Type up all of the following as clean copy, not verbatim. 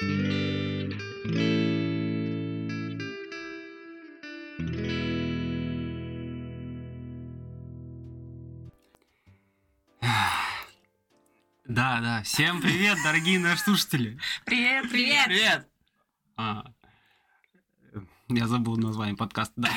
Да, всем привет, дорогие наши слушатели. Привет. Привет. Я забыл название подкаста, да.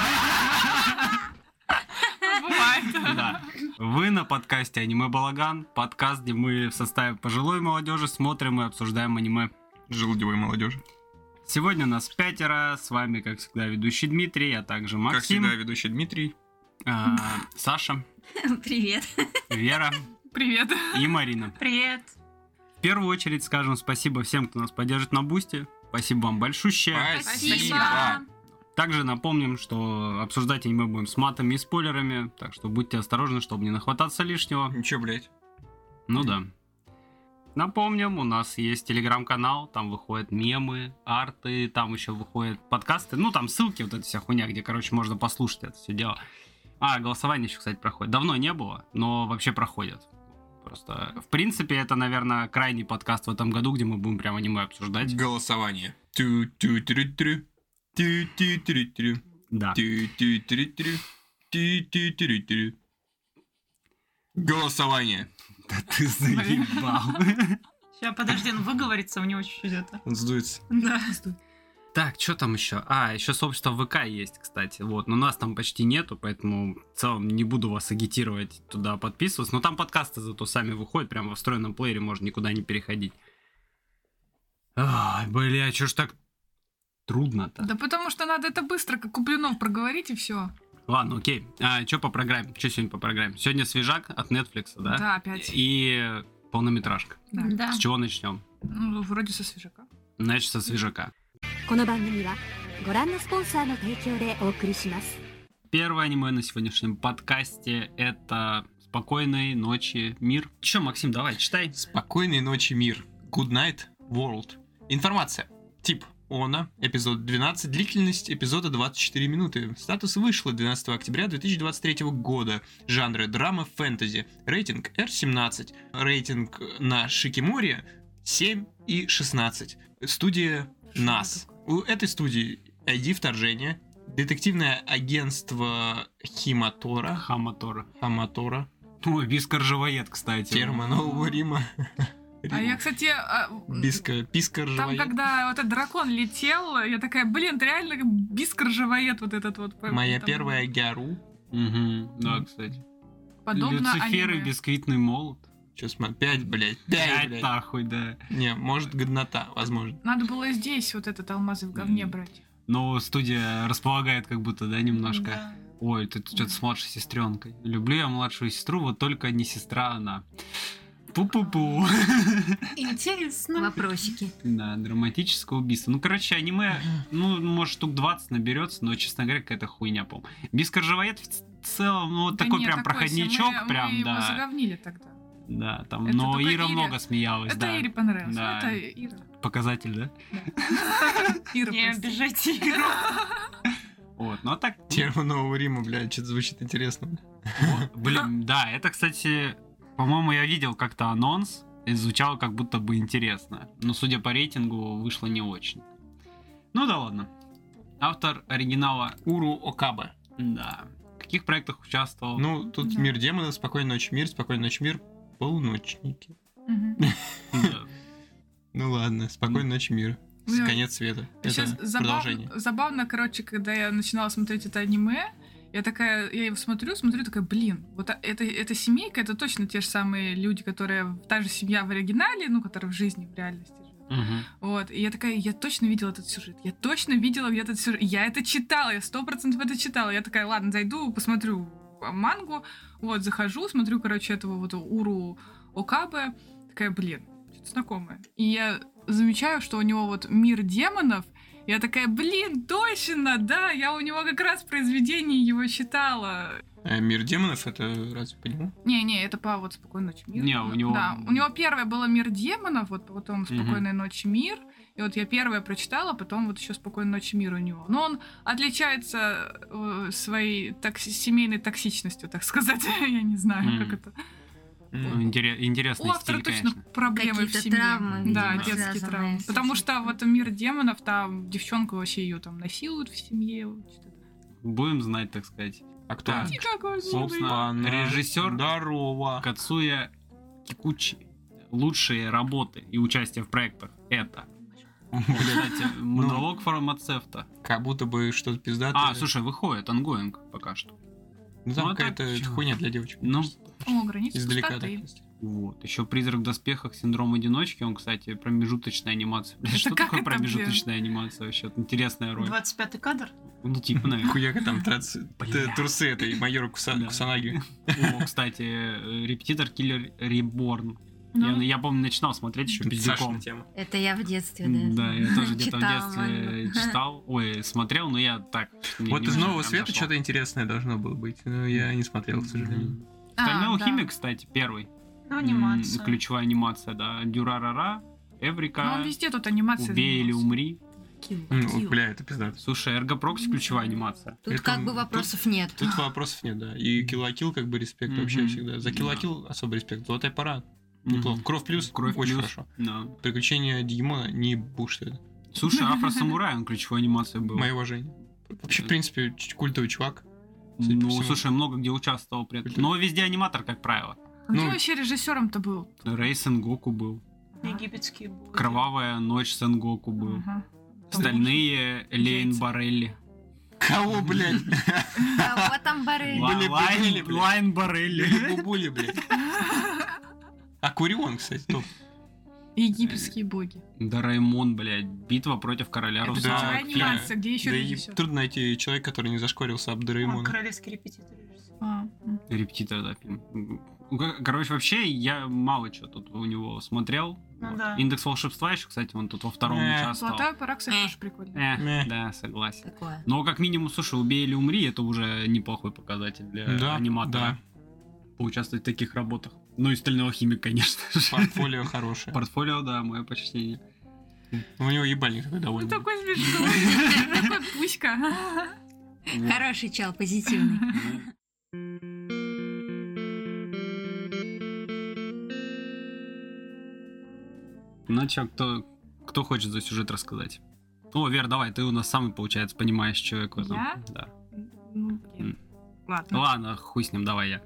Бывает. Да. Вы на подкасте «Аниме Балаган», подкаст, где мы в составе пожилой молодежи смотрим и обсуждаем аниме. Желудевой молодежи. Сегодня нас 5, с вами, как всегда, ведущий Дмитрий, а также Максим. Как всегда, ведущий Дмитрий. Саша. Привет. Вера. Привет. И Марина. Привет. В первую очередь скажем спасибо всем, кто нас поддержит на Бусти. Спасибо вам большущее. Спасибо. Также напомним, что обсуждать аниме будем с матами и спойлерами, так что будьте осторожны, чтобы не нахвататься лишнего. Ничего, блядь. Ну да. Напомним, у нас есть телеграм-канал, там выходят мемы, арты, там еще выходят подкасты, ну там ссылки, вот эта вся хуйня, где, короче, можно послушать это все дело. Голосование еще, кстати, проходит. Давно не было, но вообще проходит. Просто, в принципе, это, наверное, крайний подкаст в этом году, где мы будем прям аниме обсуждать. Голосование. Да. Голосование. Да ты заебал. Сейчас, подожди, он выговорится, у него чуть-чуть это. Он сдуется. Да. Так, что там еще? Еще сообщество ВК есть, кстати. Вот, но нас там почти нету, поэтому в целом не буду вас агитировать туда подписываться. Но там подкасты зато сами выходят, прямо во встроенном плеере, можно никуда не переходить. Бля, чё ж так трудно-то? Да потому что надо это быстро, как Куплинов, проговорить и все. Ладно, окей. Что по программе? Что сегодня по программе? Сегодня свежак от Netflix, да? Да, опять. И полнометражка. Да. С чего начнем? Ну, вроде со свежака. Значит, со свежака. この番組はご覧のスポンサーの提供でお送りします。 Первое аниме на сегодняшнем подкасте — это «Спокойной ночи, мир». Чё, Максим, давай, читай. Спокойной ночи, мир. Good night, world. Информация. Тип ОНА. Эпизод 12. Длительность эпизода 24 минуты. Статус вышло 12 октября 2023 года. Жанры драма, фэнтези. Рейтинг R17. Рейтинг на Шикиморе 7 и 16. Студия НАС. У этой студии ID вторжения. Детективное агентство Хаматора. Ой, Виска-ржавоед, кстати. Ферма Нового Рима. А я, кстати, Биска там, ржавоед. когда вот этот дракон летел, я такая, блин, ты реально Биск-ржавоед вот этот вот. Моя там, первая Гяру. Да, кстати. Подобно Люцифер и аниме. бисквитный молот. Че, смотри, 5, блядь. 5, блядь. нахуй, да. Не, может, годнота, возможно. Надо было здесь вот этот алмазы в говне брать. Но студия располагает как будто, да, немножко. Да. Ой, ты что-то с младшей сестренкой. Люблю я младшую сестру, вот только не сестра она. Пу-пу-пу. Интересно. Вопросики. Да, драматическое убийство. Ну, короче, аниме, может, штук 20 наберется, но, честно говоря, какая-то хуйня, по-моему. Биск-ржавоед в целом, вот Да такой нет, прям такой проходничок, мы прям, его да. заговнили тогда. Да, там, Это но только Ира Ире. много смеялась, Это да. Ире понравилось. Да. Это Ира. Показатель, да? Ира, Не прости. обижайте Иру. Вот, ну а так... Ферма Нового Рима, блядь, что-то звучит интересно. Блин, да, это, кстати, по-моему, я видел как-то анонс, и звучало как будто бы интересно. Но, судя по рейтингу, вышло не очень. Ну да ладно. Автор оригинала Уру Окабе. Да. В каких проектах участвовал? Ну, тут Да. Мир демонов, Спокойной ночи, мир, Спокойной ночи, мир, Полуночники. Мгм. Да. Ну ладно, Спокойной ночи, мир. Бля, Конец света. Сейчас Это продолжение. забавно, короче, когда я начинала смотреть это аниме, я его смотрю, такая, блин, вот эта семейка, это точно те же самые люди, которые, та же семья в оригинале, ну, которая в жизни, в реальности живет. Мгм. Вот, и я такая, я точно видела этот сюжет, я это читала, я 100% это читала. Я такая, ладно, зайду, посмотрю мангу, вот, захожу, смотрю, короче, этого вот Уру Окабе, такая, блин, что-то знакомое. И я замечаю, что у него вот мир демонов. Я такая, блин, точно, да, я у него как раз произведение его читала. А Мир демонов, это разве по нему? Не, это по вот «Спокойной ночи, мир». Не, у него- Да, у него первое было «Мир демонов», вот потом «Спокойной ночи, мир». И вот я первое прочитала, потом вот еще «Спокойной ночи, мир» у него. Но он отличается своей семейной токсичностью, так сказать. Я не знаю, как это... Интересный У автора стиль, точно конечно. проблемы в Какие-то семье. травмы, видимо, да, детские связанные травмы. с Потому этим. что вот мир демонов, там девчонка вообще ее там насилуют в семье. вот что-то. Будем знать, так сказать. А кто? Так. Никакой Собственно, Опа-на. режиссер Здорово. Кацуя Кикучи. Лучшие работы и участие в проектах это. Кстати, монолог фармацевта. Как будто бы что-то пиздатое. Слушай, выходит ангоинг пока что. Ну там ну, а так какая-то чё? хуйня для девочек. Ну, О, граница Издалека так пустоты. есть. вот. Еще «Призрак в доспехах. Синдром одиночки». Он, кстати, промежуточная анимация. Блядь, Это что как такое это, промежуточная анимация вообще? Интересная роль. 25-й кадр. Ну, типа, наверное. Хуяка там Бля. трусы этой майора Да. Кусанаги. О, кстати, «Репетитор Киллер Реборн». Ну, Я помню, начинал смотреть еще пиздюком. Сашина тема. Это я в детстве, да. Да, я тоже где-то в Читала детстве мангу. читал. Ой, смотрел, но я так... Вот из «Нового света» что-то интересное должно было быть, но я не смотрел, к сожалению. Стальной да. алхимик, кстати, первый. Ну, анимация. Ключевая анимация, да. Дюрарара, Ну, Эврика, он везде тут анимация. Убей или занимался. умри. Ну, бля, это пиздато. Слушай, Эргопрокси ключевая анимация. Тут Это- как бы вопросов нет. Тут вопросов нет, да. И Kill la Kill как бы респект вообще Мгм. всегда. За Kill la Да. Kill особый респект. Золотая пора. Неплохо. Мгм. Кровь плюс. Кровь Очень плюс. хорошо. Да. Приключения Дигимона не буш это. Слушай, Афро-самурай, он ключевой анимацией был. Мое уважение. Вообще, в принципе, культовый чувак. судя по Ну, всему. слушай, много где участвовал при этом. Но везде аниматор, как правило. А где Ну, вообще режиссером-то был? Рей Сенгоку был. Египетские боги. Кровавая ночь Сенгоку был. Ага. Стальные Лейн Яйца. Барелли. Кого, блядь? Кого там Барель? Были Барелли, блядь. Лайн Барелли. Или Бубули, блядь. А Курион, кстати, топ. Египетские боги. Дораймон, блядь. Битва против короля Это да, русалок. фильм. анимация, где еще Да и режиссер? трудно найти человека, который не зашкорился об О, Дораэмона. королевский репетитор. А, Репетитор, да, фильм. Короче, вообще, я мало чего тут у него смотрел. Ну Вот. да. Индекс волшебства еще, кстати, он тут во втором участвовал. Золотая пора, кстати, тоже прикольно. Мeh. Да, согласен. Такое. Но как минимум, слушай, «Убей или умри» — это уже неплохой показатель для Да, аниматора. Поучаствовать в таких работах. Ну и «Стального химика», конечно же. Портфолио хорошее. Портфолио, да, мое почтение. У него ебальник такой Ну, довольный. такой смешной. Такой пуська. Вот. Хороший чел, позитивный. Ну чё, кто хочет за сюжет рассказать? О, Вер, давай, ты у нас самый, получается, понимающий человек в этом. Я? Да. Ну, блин. Ладно. Ладно, хуй с ним, давай я.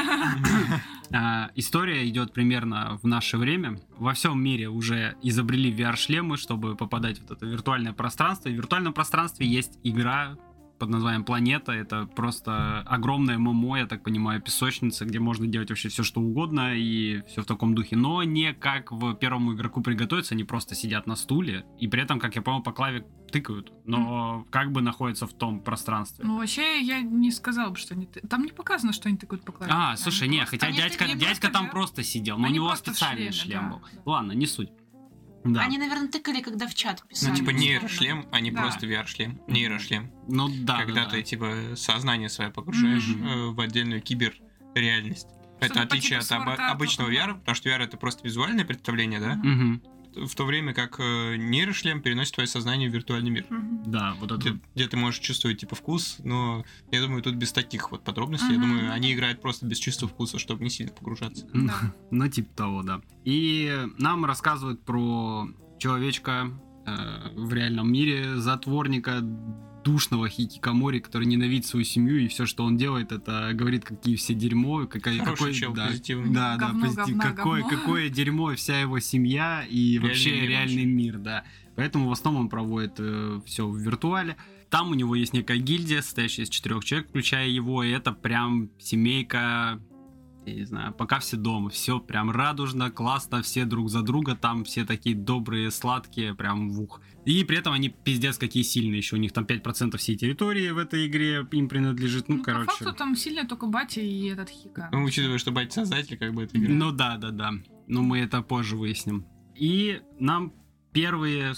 История идет примерно в наше время. Во всем мире уже изобрели VR-шлемы, чтобы попадать в вот это виртуальное пространство. И в виртуальном пространстве есть игра под названием «Планета». Это просто огромное ММО, я так понимаю, песочница, где можно делать вообще все, что угодно, и все в таком духе. Но не как в первому игроку приготовиться, они просто сидят на стуле, и при этом, как я понял, по клаве тыкают, но как бы находятся в том пространстве. Ну, вообще, я не сказала бы, что они... Там не показано, что они тыкают по клавише. Слушай, не, хотя они дядька просто там VR. просто сидел, но у Они него просто в специальный шлеме, шлем да. был. Ладно, не суть. Да. Они, наверное, тыкали, когда в чат писали. Ну, типа условно. нейрошлем, а не Да. просто VR-шлем. Нейрошлем. Ну да, Когда да, ты, да. типа, сознание свое погружаешь Мгм. в отдельную киберреальность. Это Что-то по отличие типу от Sword Art обычного Online. VR, потому что VR это просто визуальное представление, да? Мгм. В то время как нейрошлем переносит твое сознание в виртуальный мир. Мгм. Да, вот это. Где ты можешь чувствовать, типа, вкус, но я думаю, тут без таких вот подробностей. Я Мгм. думаю, они играют просто без чувства вкуса, чтобы не сильно погружаться. Да. Ну, типа того, да. И нам рассказывают про человечка в реальном мире, затворника, душного хикикамори, который ненавидит свою семью, и все, что он делает, это говорит, какие все дерьмо, Хороший чел, да, позитивный. да, Говно, позитив, говна, какое, говно. какое дерьмо вся его семья и Реальный вообще мир реальный вообще. мир, да. Поэтому в основном он проводит все в виртуале. Там у него есть некая гильдия, состоящая из 4 человек, включая его, и это прям семейка, я не знаю, пока все дома, все прям радужно, классно, все друг за друга, там все такие добрые, сладкие, прям в ух. И при этом они пиздец какие сильные, еще у них там 5% всей территории в этой игре им принадлежит, ну, По короче. факту там сильно только батя и этот Хика. Ну, учитывая, что батя создатель, как бы, этой игры. Ну да. Но мы это позже выясним. И нам первые,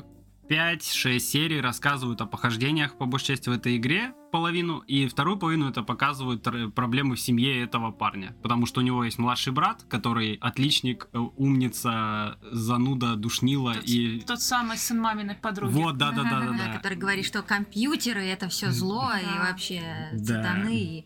5-6 серий рассказывают о похождениях, по большей части, в этой игре, половину, и вторую половину это показывают проблемы в семье этого парня. Потому что у него есть младший брат, который отличник, умница, зануда, душнила и... Тот самый сын маминой подруги. Вот, да. Который говорит, что компьютеры это все зло и вообще Да. сатаны. И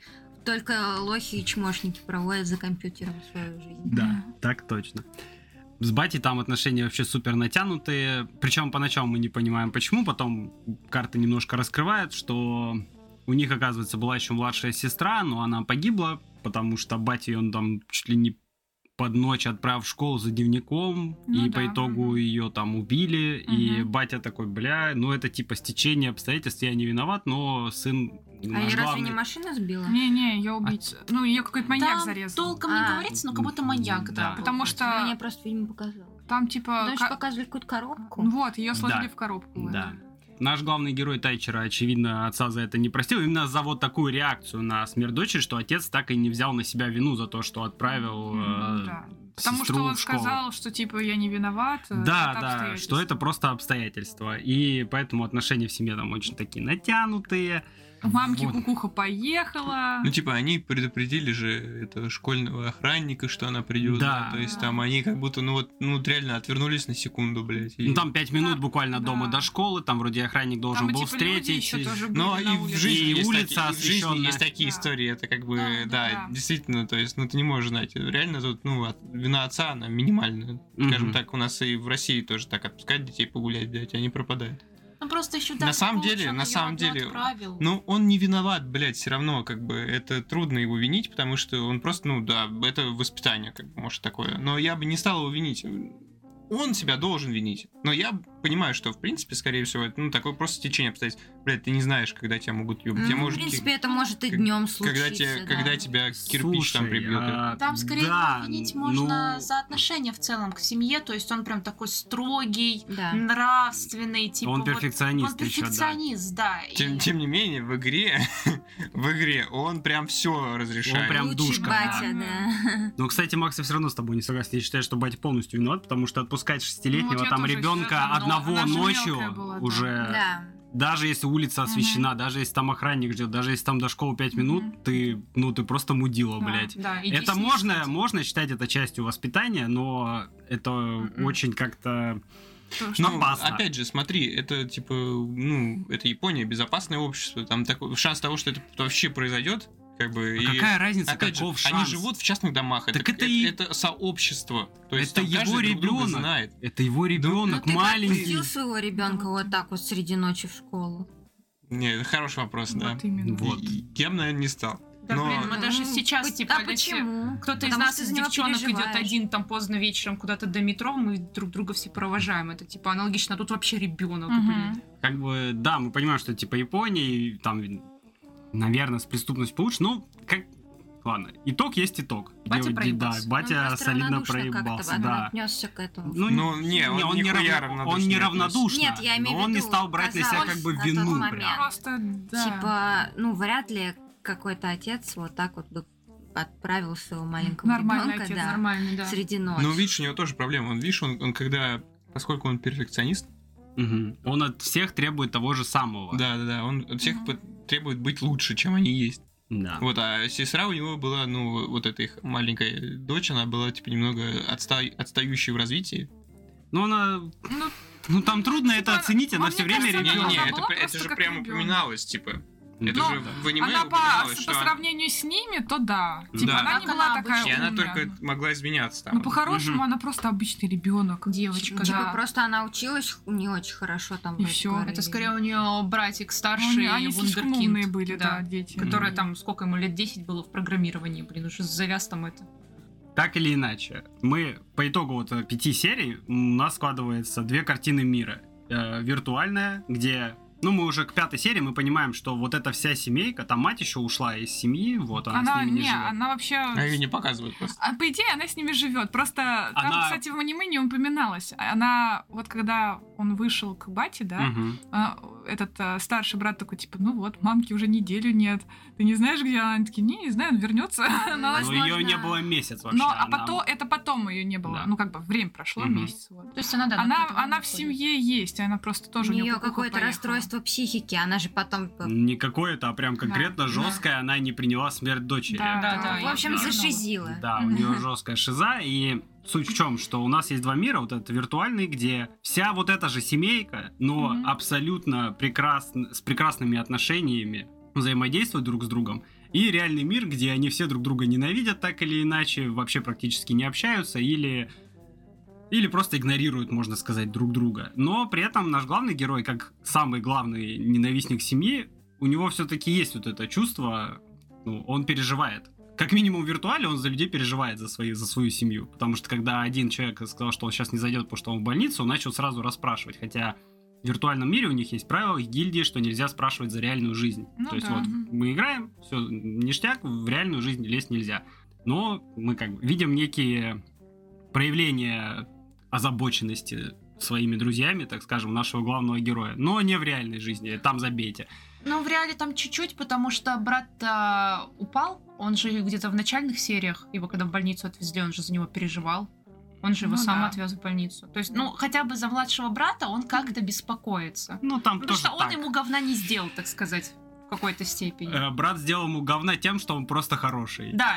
Только лохи и чмошники проводят за компьютером свою жизнь. Да, так точно. С батей там отношения вообще супер натянутые. Причем поначалу мы не понимаем почему. Потом карты немножко раскрывают, что у них, оказывается, была еще младшая сестра, но она погибла, потому что батя ее там чуть ли не под ночь отправил в школу за дневником, Ну и да. по итогу ее там убили, и Мгм. батя такой, ну это типа стечение обстоятельств, я не виноват, но сын А наш ее разве главный- не машина сбила? Не-не, ее убийца. Ну, ее какой-то маньяк Там зарезал. толком не А. говорится, но как будто маньяк, да. Да. Потому что Мне просто фильм показал. там типа... Значит, показывали какую-то коробку. Вот, ее сложили Да. в коробку. Да. Наш главный герой Тайчера, очевидно, отца за это не простил. Именно за вот такую реакцию на смерть дочери, что отец так и не взял на себя вину за то, что отправил Да. Потому сестру что он в школу. сказал, что типа я не виноват. Да, это да, обстоятельства. что это просто обстоятельства. И поэтому отношения в семье там очень такие натянутые. Мамки Вот. кукуха поехала. Ну, типа, они предупредили же этого школьного охранника, что она придет. Да. То есть там они как будто, ну вот реально отвернулись на секунду, блядь. и- Ну, там 5 минут Да, буквально дома да. до школы, там вроде охранник должен Там и, был типа, люди встретить. ещё тоже были Ну, на и в улице. жизни, И есть улица такие, в жизни освещённая. есть такие Да. истории, это как бы, Да, да, да. действительно, то есть, ну, ты не можешь знать. Реально тут, ну, вина отца, она минимальная. Скажем Мгм. так, у нас и в России тоже так отпускать детей погулять, блядь, они пропадают. Ну просто еще На самом деле, отправил. Ну, он не виноват, блядь, все равно, как бы, это трудно его винить, потому что он просто, ну, да, это воспитание, как бы, может, такое. Но я бы не стал его винить. Он себя должен винить. Но я понимаю, что, в принципе, скорее всего, это, ну, такое просто стечение обстоятельств. Блядь, ты не знаешь, когда тебя могут ёбать. Тебя Ну, в может принципе, это может и как- днем случиться. когда да. тебя кирпич там Слушай, прибьет. Там скорее да, его винить можно ну, за отношения в целом к семье, то есть он прям такой строгий, Да. нравственный, типа Он вот- перфекционист он ещё, да. перфекционист, да. и- Тем не менее, в игре он прям все разрешает. Он прям Лучший душка, батя, да. да. Ну, кстати, Макс, я все равно с тобой не согласен. Я считаю, что батя полностью виноват, потому что отпускать Ну, шестилетнего вот я там тоже ребенка считаю, но одного она же ночью мелкая была, да. уже. Да. Даже если улица освещена, даже если там охранник ждет, даже если там до школы 5 минут, ты просто мудила, Да. блядь. Да, иди Это с ним можно, спать. можно считать это частью воспитания, но это очень как-то... То, что- Ну, опасно. опять же, смотри, это типа, ну, это Япония, безопасное общество. Там такой шанс того, что это вообще произойдет, как бы. А какая разница, опять же, каков они шанс? живут в частных домах. Так это и- это сообщество. То есть Это там каждый его друг друга ребенок. знает. Это его ребенок, Ну, ты как маленький. пустил своего ребенка вот так вот среди ночи в школу? Не, это хороший вопрос, да. Вот именно. Вот. Я бы, наверное, не стал. Да, Но- блин, мы даже Ну, сейчас, типа, а если почему? кто-то из Потому нас, что из за него девчонок, идет переживаешь. один там поздно вечером куда-то до метро, мы друг друга все провожаем. Это, типа, аналогично. А тут вообще ребенок, Мгм. блин. Как бы, да, мы понимаем, что это типа Япония, и там, наверное, с преступностью получше, ну, как... Ладно, итог есть итог. Батя Да, проебался. батя Он просто солидно равнодушно проебался, как-то да. отнесся к этому. Ну, не, он нихуя равнодушно он не не равнодушно, Нет, я имею но в он не виду, стал брать на себя казалось, как бы на тот вину момент. прям. Просто, да. Типа, ну, вряд ли какой-то отец вот так вот бы отправил своего маленького Нормальный ребенка, отец, да, Нормально, да. среди ночи. Ну, видишь, у него тоже проблема. Он, видишь, он когда, поскольку он перфекционист, Мгм. Он от всех требует того же самого. да, он от всех Мгм. требует быть лучше, чем они есть. Да. Вот, а сестра у него была, ну, вот эта их маленькая дочь, она была, типа, немного отстающей в развитии. Ну, она... Ну, Ну, там трудно типа, это оценить, она мне все время кажется, ребенок. она Не-не-не, была это просто же как прямо ребёнок. упоминалось, типа. Это Ну, же в аниме она упоминалось, по что сравнению с ними, то да. Типа, Да. она не Как была она такая и она умная. только могла изменяться там. Ну, по-хорошему, Мгм. она просто обычный ребенок. Девочка, Типа, да. просто она училась не очень хорошо там. И в всё. школе. Это скорее у нее братик Ну, старший, они слишком вундеркинд. умные были, да, дети. Которая там, сколько ему, лет 10 было в программировании, блин, уже завяз там это. Так или иначе, мы по итогу вот 5 серий у нас складывается 2 картины мира. Виртуальная, где... Ну, мы уже к 5 серии мы понимаем, что вот эта вся семейка, там мать еще ушла из семьи, вот она, Она, с ними не не, живет. она вообще... А ее не показывают просто. А по идее, она с ними живет. Просто там, Она- кстати, в аниме не упоминалось. Она, вот когда он вышел к бате, да, Мгм. этот старший брат такой, типа, ну вот, мамки уже неделю нет. Ты не знаешь, где она? Они такие, не знаю, он вернется. Она Ну, возможно. ее не было месяц вообще. Но, а она- потом, это потом ее не было. Да. Ну, как бы, время прошло, Мгм. месяц. Вот. То есть она, да, на какой-то Она момент в ходит. семье есть, она просто У тоже нее неё кукуха какое-то поехала. расстройство психики, она же потом... Не какое-то, а прям конкретно Да. жесткая, она не приняла смерть дочери. Да, Да, В общем, я зашизила. Да, у нее жесткая шиза, и суть в чем, что у нас есть 2 мира, вот этот виртуальный, где вся вот эта же семейка, но Мгм. абсолютно с прекрасными отношениями взаимодействует друг с другом. и реальный мир, где они все друг друга ненавидят так или иначе, вообще практически не общаются или просто игнорируют, можно сказать, друг друга. Но при этом наш главный герой, как самый главный ненавистник семьи, у него все-таки есть вот это чувство, он переживает. Как минимум в виртуале он за людей переживает, за свою семью. Потому что когда один человек сказал, что он сейчас не зайдет, потому что он в больницу, он начал сразу расспрашивать. Хотя в виртуальном мире у них есть правила гильдии, что нельзя спрашивать за реальную жизнь. То есть вот мы играем, все ништяк, в реальную жизнь лезть нельзя. Но мы как бы видим некие проявления озабоченности своими друзьями, так скажем, нашего главного героя. Но не в реальной жизни, там забейте. Ну, в реале там чуть-чуть, потому что брат упал. Он же где-то в начальных сериях, его когда в больницу отвезли, он же за него переживал. Он же его сам отвез в больницу. То есть, хотя бы за младшего брата он как-то беспокоится. Там потому что он ему говна не сделал, так сказать, в какой-то степени. Брат сделал ему говна тем, что он просто хороший. Да,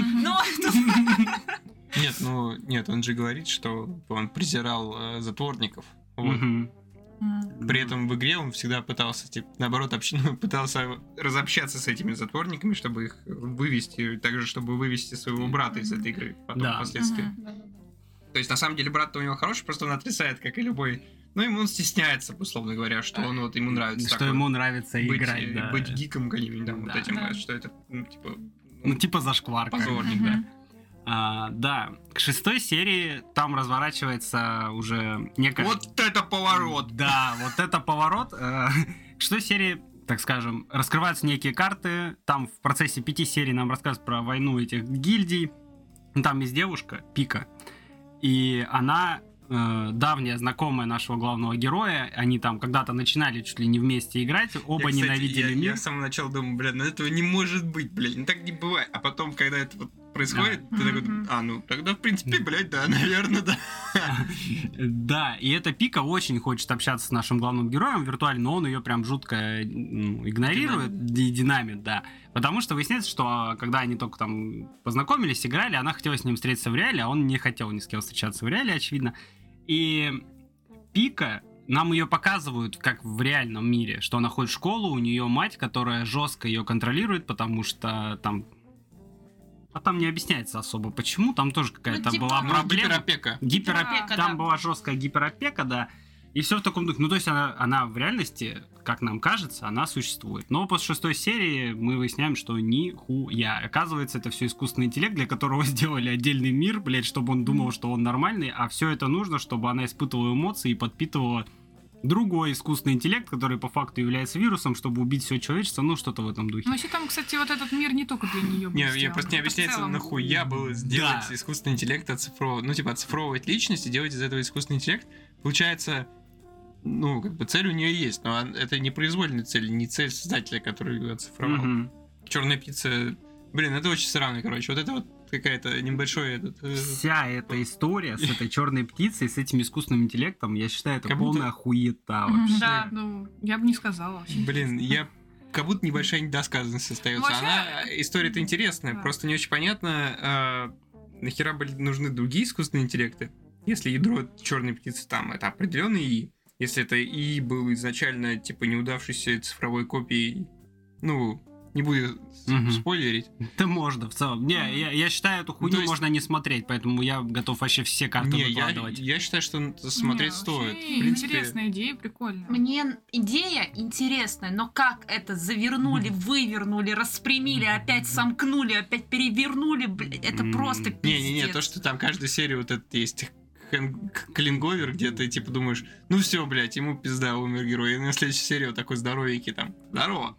Нет, он же говорит, что он презирал затворников. Вот. При этом в игре он всегда пытался, наоборот, пытался разобщаться с этими затворниками, чтобы их вывести, также, чтобы вывести своего брата из этой игры потом, впоследствии. То есть, на самом деле, брат-то у него хороший, просто он отрицает, как и любой. Ему он стестняется, условно говоря, что он ему нравится. Что ему нравится играть, да. Быть гиком каким-нибудь, вот этим, что это, типа зашквар. Позорник, да. Да, к 6 серии там разворачивается уже некая... Вот это поворот! Да, вот это поворот. К 6 серии, так скажем, раскрываются некие карты. Там в процессе 5 серий нам рассказывают про войну этих гильдий. Там есть девушка, Пика. И она давняя знакомая нашего главного героя. Они там когда-то начинали чуть ли не вместе играть. Оба ненавидели мир. Я с самого начала думаю, этого не может быть, так не бывает. А потом, когда это происходит, ты такой, тогда, в принципе, да, наверное, да. Да, и эта Пика очень хочет общаться с нашим главным героем виртуально, но он ее прям жутко игнорирует, динамит, да. Потому что выясняется, что когда они только там познакомились, играли, она хотела с ним встретиться в реале, а он не хотел ни с кем встречаться в реале, очевидно. И Пика, нам ее показывают как в реальном мире, что она ходит в школу, у нее мать, которая жестко ее контролирует, потому что там... А там не объясняется особо, почему. Там тоже какая-то была проблема. Гиперопека. Там была жесткая гиперопека, да. И все в таком духе. То есть она в реальности, как нам кажется, она существует. Но после 6 серии мы выясняем, что нихуя. Оказывается, это все искусственный интеллект, для которого сделали отдельный мир, чтобы он думал, что он нормальный. А все это нужно, чтобы она испытывала эмоции и подпитывала другой искусственный интеллект, который по факту является вирусом, чтобы убить все человечество, что-то в этом духе. Вообще там, кстати, вот этот мир не только для нее был сделан. Просто не объясняется, нахуя было сделать искусственный интеллект, оцифровывать личность и делать из этого искусственный интеллект. Получается, цель у нее есть, но это не произвольная цель, не цель создателя, который ее оцифровал. Черная птица... это очень странно, короче. Вот это вот какая-то небольшой... Вся эта история с этой черной птицей, с этим искусственным интеллектом, я считаю, это полная хуета вообще. Да, я бы не сказала. Как будто небольшая недосказанность остается. История-то интересная, просто не очень понятно, нахера нужны другие искусственные интеллекты, если ядро черной птицы там это определенный ИИ. Если это ИИ был изначально неудавшейся цифровой копией, не буду спойлерить. Да можно, в целом. Я считаю, эту хуйню можно не смотреть, поэтому я готов вообще все карты выкладывать. Я считаю, что смотреть стоит. Интересная идея, прикольно. Мне идея интересная, но как это завернули, вывернули, распрямили, опять сомкнули, опять перевернули, это просто пиздец. Не-не-не, то, что там каждую серию вот это есть... клинговер, где ты думаешь, все, блядь, ему пизда, умер герой. И на следующей серии вот такой здоровенький там. Здорово!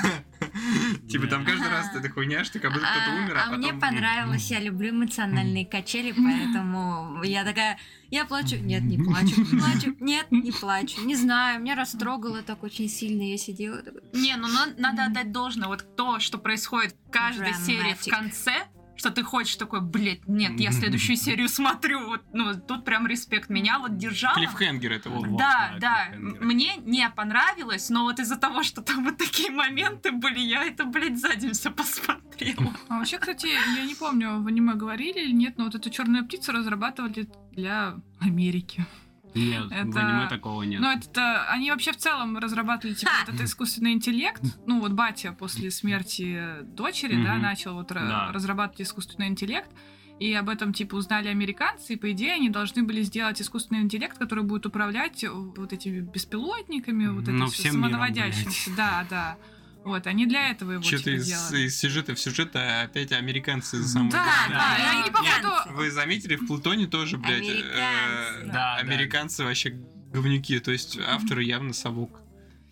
Там каждый раз эта хуйня, что как будто кто-то умер, а потом... Мне понравилось, я люблю эмоциональные качели, поэтому я такая, я плачу, нет, не плачу, плачу, нет, не плачу, не знаю, меня растрогало так очень сильно, я сидела такой... надо отдать должное, вот то, что происходит в каждой серии в конце, что ты хочешь такой, блядь, нет, я следующую серию смотрю. Тут прям респект. Меня держало. Клиффхенгер это вот. Да. Мне не понравилось, но из-за того, что там вот такие моменты были, я это, блядь, за день все посмотрела. А вообще, кстати, я не помню, в аниме говорили или нет, но вот эту черную птицу разрабатывали для Америки. Нет, Это- в аниме такого нет. Ну, это они вообще в целом разрабатывали, типа, этот искусственный интеллект. Ну, вот батя после смерти дочери, да, Мгм. начал вот Да. разрабатывать искусственный интеллект. И об этом, типа, узнали американцы, и, по идее, они должны были сделать искусственный интеллект, который будет управлять вот этими беспилотниками, вот Ну, этим всем миром, самонаводящимся. Да, да. Вот, они для этого его, Что-то типа, из делали. сюжета в сюжет, а опять американцы за самое Да, главное. да, и они, Американцы. походу... Вы заметили, в Плутоне тоже, блядь, Американцы. Да, да. американцы вообще говнюки, то есть авторы явно совок.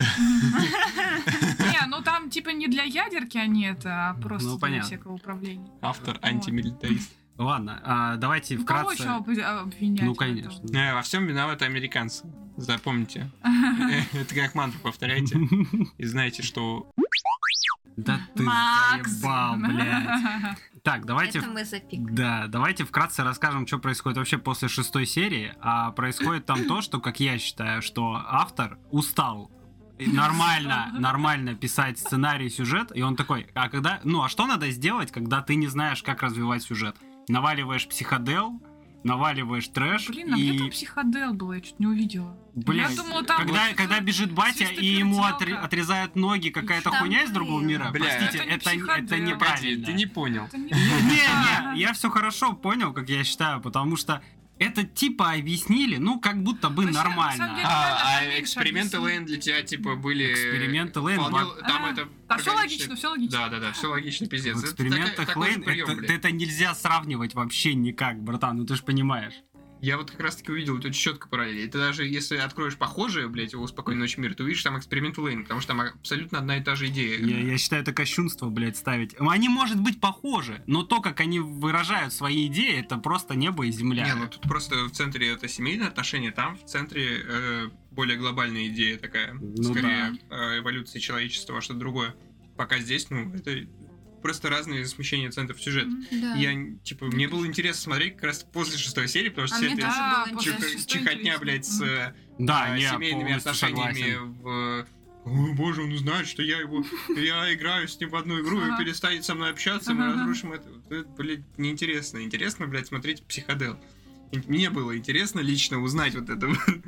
Не, ну там, типа, не для ядерки они это, а просто Ну, для понятно. всякого управления. Автор антимилитарист. Ладно, давайте Ну, кого вкратце... еще обвинять? Ну, в этом? конечно. Во всем виноваты американцы. Запомните. Это как мантру повторяйте. И знаете, что... Да ты Макс! заебал, блядь. Так, давайте... Это мы запикали. Да, давайте вкратце расскажем, что происходит вообще после 6 серии. А происходит там то, что, как я считаю, что автор устал нормально писать сценарий, сюжет, и он такой, а когда... Ну, а что надо сделать, когда ты не знаешь, как развивать сюжет? Наваливаешь психодел, наваливаешь трэш, Блин, а где и... там психодел был? Я чуть не увидела. Блядь, Я думала, там когда бежит батя, чисто и ему переделка. отрезают ноги, какая-то Там, хуйня из другого блин. мира. Бля, Простите, это не это психодел. неправильно. Ты не понял. Это не- Не, я все хорошо понял, как я считаю, потому что это типа объяснили, ну, как будто бы Вообще, на нормально. самом деле, А меньше эксперименты объяснить. Лейн для тебя, типа, были... Эксперименты Лейн, вполне- вот- Там А, это... Да, все органично. логично, все логично. Да, все логично, пиздец. В Это экспериментах такой же Лейн прием, блядь. это нельзя сравнивать вообще никак, братан, ну ты же понимаешь. Я вот как раз таки увидел тут четко параллель. Ты даже если откроешь похожее, блядь, у «Спокойной ночи, мир», ты увидишь там эксперимент Лейн, потому что там абсолютно одна и та же идея. Я считаю, это кощунство, блядь, ставить. Они, может быть, похожи, но то, как они выражают свои идеи, это просто небо и земля. Не, ну тут просто в центре это семейные отношения, там в центре более глобальная идея такая, Ну скорее эволюции человечества, во что-то другое. Пока здесь, ну, это просто разные смещения центров сюжета. Да. Я, типа, мне было интересно смотреть как раз после 6 серии, потому что А вся мне эта тоже Да, было после интересно. шестой чихотня, интересно. блядь, с Да, не, семейными полностью отношениями согласен. О, боже, он узнает, что я играю с ним в одну игру и Ага. перестанет со мной общаться, мы Ага. разрушим это. Это, блядь, неинтересно. Интересно, блядь, смотреть психодел. И мне было интересно лично узнать вот это вот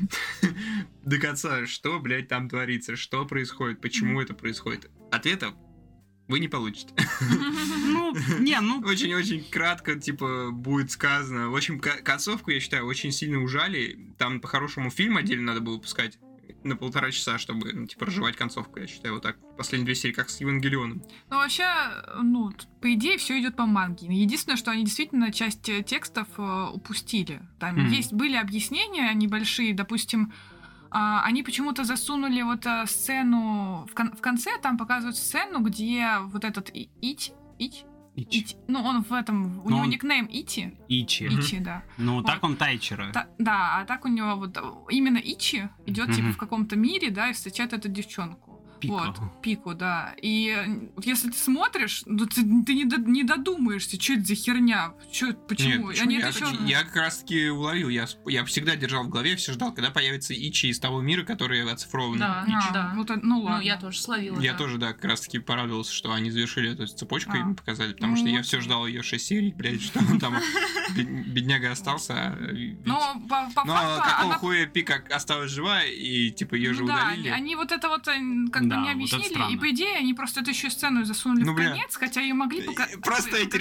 до конца, что, блядь, там творится, что происходит, почему это происходит. Ответов вы не получите. Ну, не, ну, Очень-очень кратко, типа, будет сказано. В общем, концовку, я считаю, очень сильно ужали. Там, по-хорошему, фильм отдельно надо было выпускать на 1,5 часа, чтобы, ну, типа, разжевать концовку. Я считаю, вот так. Последние 2 серии, как с Евангелионом. Ну, вообще, ну, по идее, все идет по манге. Единственное, что они действительно часть текстов упустили. Там были объяснения небольшие, допустим, они почему-то засунули вот сцену в конце, там показывают сцену, где вот этот Ити, ну, он в этом, у Ну, него он- никнейм Ити, Ичи. Ичи, да. Ну, Вот. так он Тайчера. Да, а так у него вот именно Ичи идет типа Мгм. в каком-то мире, да, и встречает эту девчонку. Пико. Вот, Пику, да. И вот если ты смотришь, ну, ты не додумаешься, что это за херня, почему. Нет, Они я, это ещё- я как раз таки уловил. Я всегда держал в голове, все ждал, когда появится Ичи из того мира, который оцифрован. Да. Ичи. Да. Вот, ну Ну, ладно. я тоже словила. Я да. тоже, да, как раз таки порадовался, что они завершили эту цепочку и А. показали, потому Ну, что я окей. все ждал ее 6 серий, блядь, что он там бедняга остался. Но по Но факту какого она... хуя Пика осталась жива, и типа ее же Ну да, удалили. они вот это вот как бы Да, не вот это объяснили, странно. и по идее они просто эту еще сцену засунули Ну, в бля. конец, хотя ее могли показать. Просто эти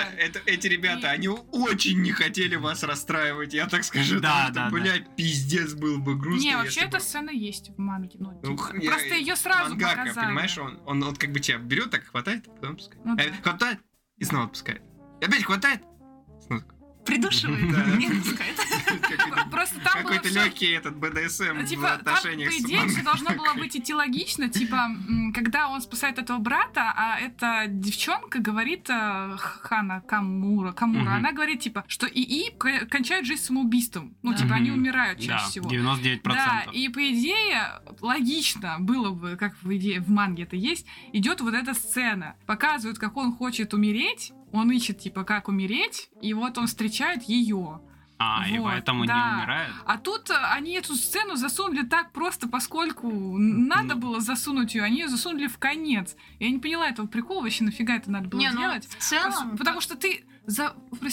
ребята, И- они очень не хотели вас расстраивать, я так скажу. Да, потому да, что, блядь, пиздец был бы грустно. Не, вообще если эта бы- сцена есть в манге. Ну, Ну, типа, я- просто ее сразу мангака, показали. понимаешь, он вот как бы тебя берет, так хватает, а потом отпускает. Ну да. Хватает и снова отпускает. И опять хватает. Снова такой. Придушивает, Да. не отпускает. Просто там было Какой-то всё- легкий этот БДСМ в Типа, там, отношениях по с идее, все должно было мангакой. быть идти логично, типа, когда он спасает этого брата, а эта девчонка говорит, Хана Камура, Мгм. она говорит, типа, что ИИ кончает жизнь самоубийством. Ну, Да. типа, они Мгм. умирают чаще Да, всего. 99%. Да, и по идее, логично было бы, как в идее в манге это есть, идет вот эта сцена. Показывают, как он хочет умереть, он ищет, типа, как умереть, и вот он встречает ее. И Вот, поэтому не да. умирает. А тут они эту сцену засунули так просто, поскольку надо было засунуть ее, они ее засунули в конец. Я не поняла этого прикола, вообще нафига это надо было Не, ну, делать. в целом... Потому что ты за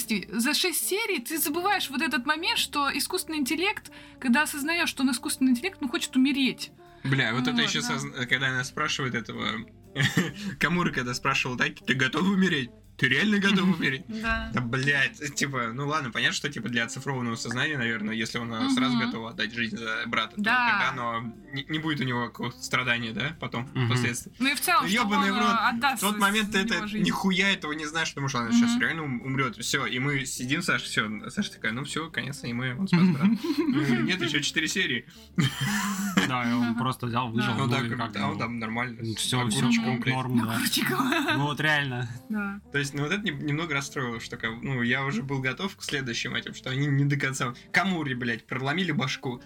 6 серий ты забываешь вот этот момент, что искусственный интеллект, когда осознаешь, что он искусственный интеллект, он хочет умереть. Бля, вот это Вот, еще, да. когда она спрашивает этого... Камура, когда спрашивал, так, ты готов умереть? Ты реально готов умереть? Да. Да, блядь, типа, ну ладно, понятно, что типа для оцифрованного сознания, наверное, если он сразу готов отдать жизнь за брата, то Да. тогда оно не будет у него какого-то страдания, да, потом, впоследствии. Ну и в целом, что Ёбаный он в рот. отдаст В тот момент за ты него это жизнь. нихуя этого не знаешь, потому что она сейчас реально умрет. Все, и мы сидим, Саша, все, Саша такая, ну все, конец, и мы он спас брата. Нет, еще 4 серии. Да, и он просто взял, выжил. Ну да, и как да, бы, там нормально. Все, Огурчиком, блядь. норм, да. Огурчиком. Ну вот реально. Да. То есть, ну вот это немного расстроило, что ну, я уже был готов к следующим этим, что они не до конца... Камури, блядь, проломили башку.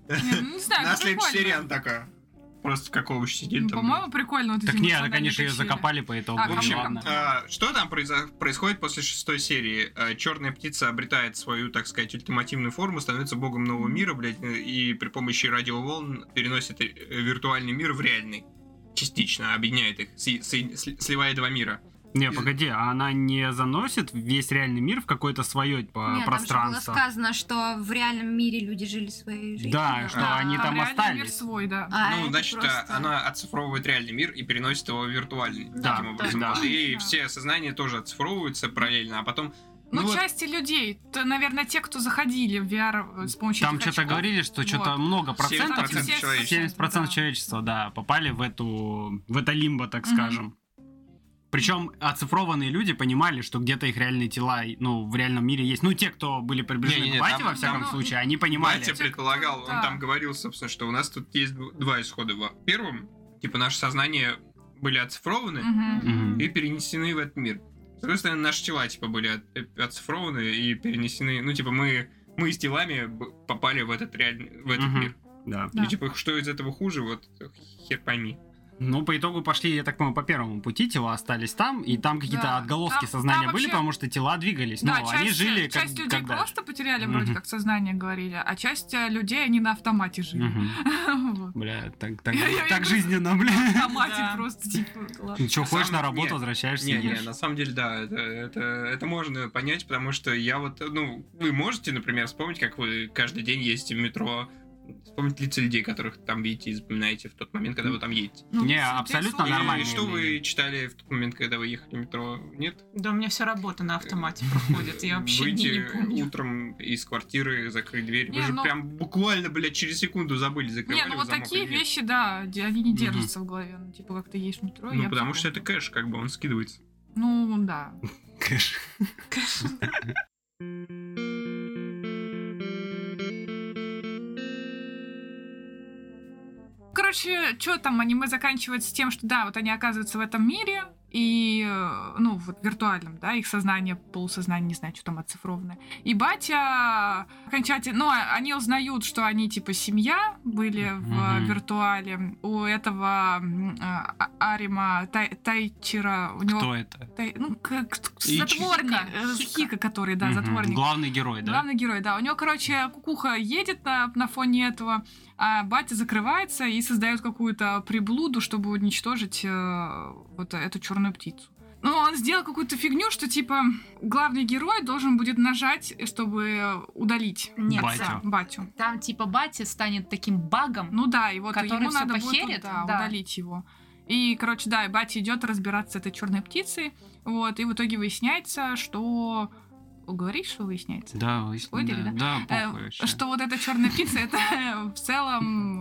Не знаю, На это следующей серии прикольно. она такая... Просто как овощ сидит Ну, там. по-моему, прикольно вот эти Так нет, эмоциональные конечно, ее качели. закопали по итогу. А, В общем, ладно. что там происходит после 6 серии? Черная птица обретает свою, так сказать, ультимативную форму, становится богом нового мира, блядь, и при помощи радиоволн переносит виртуальный мир в реальный. Частично объединяет их, сливая два мира. Не, погоди, а она не заносит весь реальный мир в какое-то свое Нет, там же было пространство? сказано, что в реальном мире люди жили своей жизнью. Да, что они там реальный остались. мир свой, да. А Ну, это значит, просто- она оцифровывает реальный мир и переносит его в виртуальный. Да, таким образом. да. Вот. И Да. все сознания тоже оцифровываются параллельно, а потом... Ну, вот, части людей, то, наверное, те, кто заходили в VR с помощью Там этих что-то очков. говорили, что Вот. что-то много процентов, 70% человечества. 70% Да. человечества, да, попали в это лимбо, так Мгм. скажем. Причем оцифрованные люди понимали, что где-то их реальные тела, ну, в реальном мире есть. Ну, те, кто были приближены Не-не-не, к Бате, там- во всяком там- случае, они понимали. Батя предполагал, он Да. там говорил, собственно, что у нас тут есть два исхода. В первом, типа, наше сознание были оцифрованы Мгм. Мгм. и перенесены в этот мир. С другой стороны, наши тела, типа, были оцифрованы и перенесены... Ну, типа, мы с телами попали в этот Мгм. мир. Да. Да. И, типа, что из этого хуже, вот хер пойми. Ну, по итогу пошли, я так понимаю, по первому пути, тела остались там, и там какие-то Да. отголоски Там сознания были, вообще- потому что тела двигались. Да, Ну, они жили как часть людей когда. просто потеряли вроде Мгм. как сознание, говорили, а часть людей, они на автомате жили. Мгм. Вот. Бля, так Я жизненно, бля. На автомате Да. просто, типа, ладно. Ну, что, ходишь на самом- работу, не, возвращаешься, Не, ешь. на самом деле, да, это можно понять, потому что я вот, ну, вы можете, например, вспомнить, как вы каждый день ездите в метро, вспомнить лица людей, которых там видите и запоминаете в тот момент, когда вы там едете. Ну, Не, людей абсолютно сложно. И нормальные что вы люди. читали в тот момент, когда вы ехали в метро? Нет? Да, у меня вся работа на автомате проходит. Я вообще не Выйти помню. утром из квартиры, закрыть дверь. Не, Вы же ну- прям буквально, блядь, через секунду забыли, закрывали Не, ну вы вот замок такие или нет? вещи, да, они не Мгм. держатся в голове. Ну, типа, как ты едешь в метро, Ну, я потому бы что это помню. кэш, как бы, он скидывается. Ну, да. Кэш. Короче, что там, аниме заканчивается тем, что да, вот они оказываются в этом мире, и, ну, вот виртуальном, да, их сознание, полусознание, не знаю, что там оцифрованное. И батя окончательно, ну, они узнают, что они, типа, семья были в Мгм. виртуале. У этого Арима Тайчира, у него... Кто это? Ну, Ичи. затворник, Хика, который, да, Мгм. затворник. Главный герой, да? Главный герой, да. У него, короче, кукуха едет на фоне этого, а батя закрывается и создает какую-то приблуду, чтобы уничтожить вот эту черную птицу. Ну, он сделал какую-то фигню, что, типа, главный герой должен будет нажать, чтобы удалить Нет, Батю. батю. там типа батя станет таким багом. Ну да, и вот Который ему всё надо будет похерит, да, да. удалить его. И, короче, да, и батя идет разбираться с этой черной птицей. Вот, и в итоге выясняется, что... Говоришь, что выясняется? Да, выяснили, Спойлеры, да? Да, похуй вообще. Что вот эта черная птица это в целом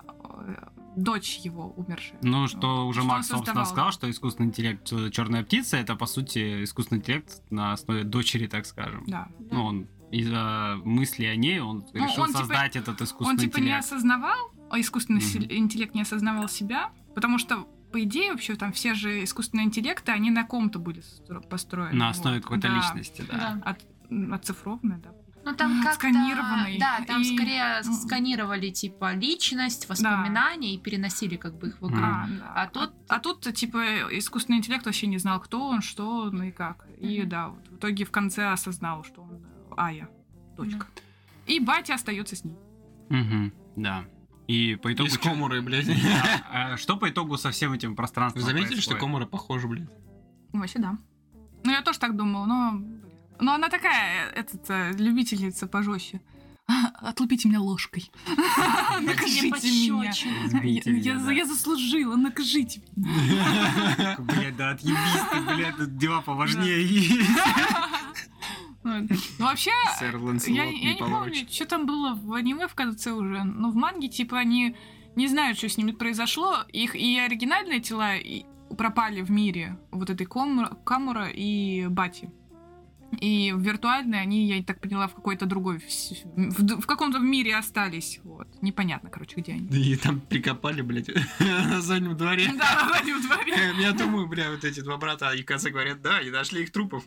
дочь его умершая. Ну, что уже Что Макс, он собственно, создавал, сказал, да. что искусственный интеллект Черная птица это, по сути, искусственный интеллект на основе дочери, так скажем. Да. Ну, он из-за мысли о ней, он решил он, типа, создать этот Он искусственный типа не интеллект. осознавал, искусственный Мгм. интеллект не осознавал себя, потому что по идее, вообще, там все же искусственные интеллекты, они на ком-то были построены. На основе вот. какой-то Да. личности, да. Оцифрованные, да. Ну там как-то... Сканированный. Да, там И- скорее сканировали типа личность, воспоминания и переносили как бы их в игру. Мгм. А тут... А тут, типа, искусственный интеллект вообще не знал, кто он, что он и как. И Мгм. да, вот в итоге в конце осознал, что он Ая, дочка. И батя остается с ней. Мгм, да. И по итогу... Из чё- Комуры, блядь. Да, а что по итогу со всем этим пространством Вы заметили, что происходит? Комура похожа, блядь? Ну, вообще, да. Ну, я тоже так думала, но... блин. Но она такая, любительница пожестче. Отлупите меня ложкой. Накажите меня. Я заслужила, накажите меня. Блядь, да отъебись ты, блядь, тут дела поважнее есть. Ну, вообще, Сэр Ланселот я не помню, что там было в аниме в конце уже, но в манге, типа, они не знают, что с ними произошло. Их и оригинальные тела пропали в мире вот этой Камура и Бати. И виртуальные они, я так поняла, в какой-то другой... В каком-то мире остались. Вот. Непонятно, короче, где они. И там прикопали, блядь, на заднем дворе. Да, на заднем дворе. Я думаю, бля, вот эти два брата, и в конце говорят, да, и нашли их трупов.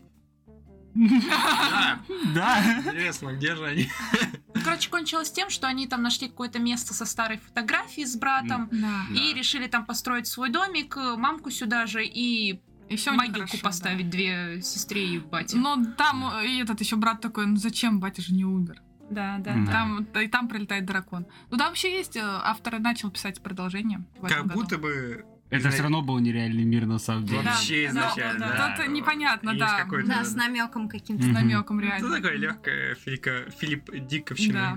Да. Интересно, где же они? Короче, кончилось тем, что они там нашли какое-то место со старой фотографией с братом и решили там построить свой домик, мамку сюда же и могилку поставить две сестре и бате. Но там этот еще брат такой, ну зачем, батя же не умер. Да. Там прилетает дракон. Ну там вообще есть, автор начал писать продолжение. Как будто бы... Это все равно был нереальный мир, на самом деле. Вообще изначально, да. Тут непонятно, да. Да, с намеком каким-то. С намеком реально. Это такая легкая Филипп Диковщина.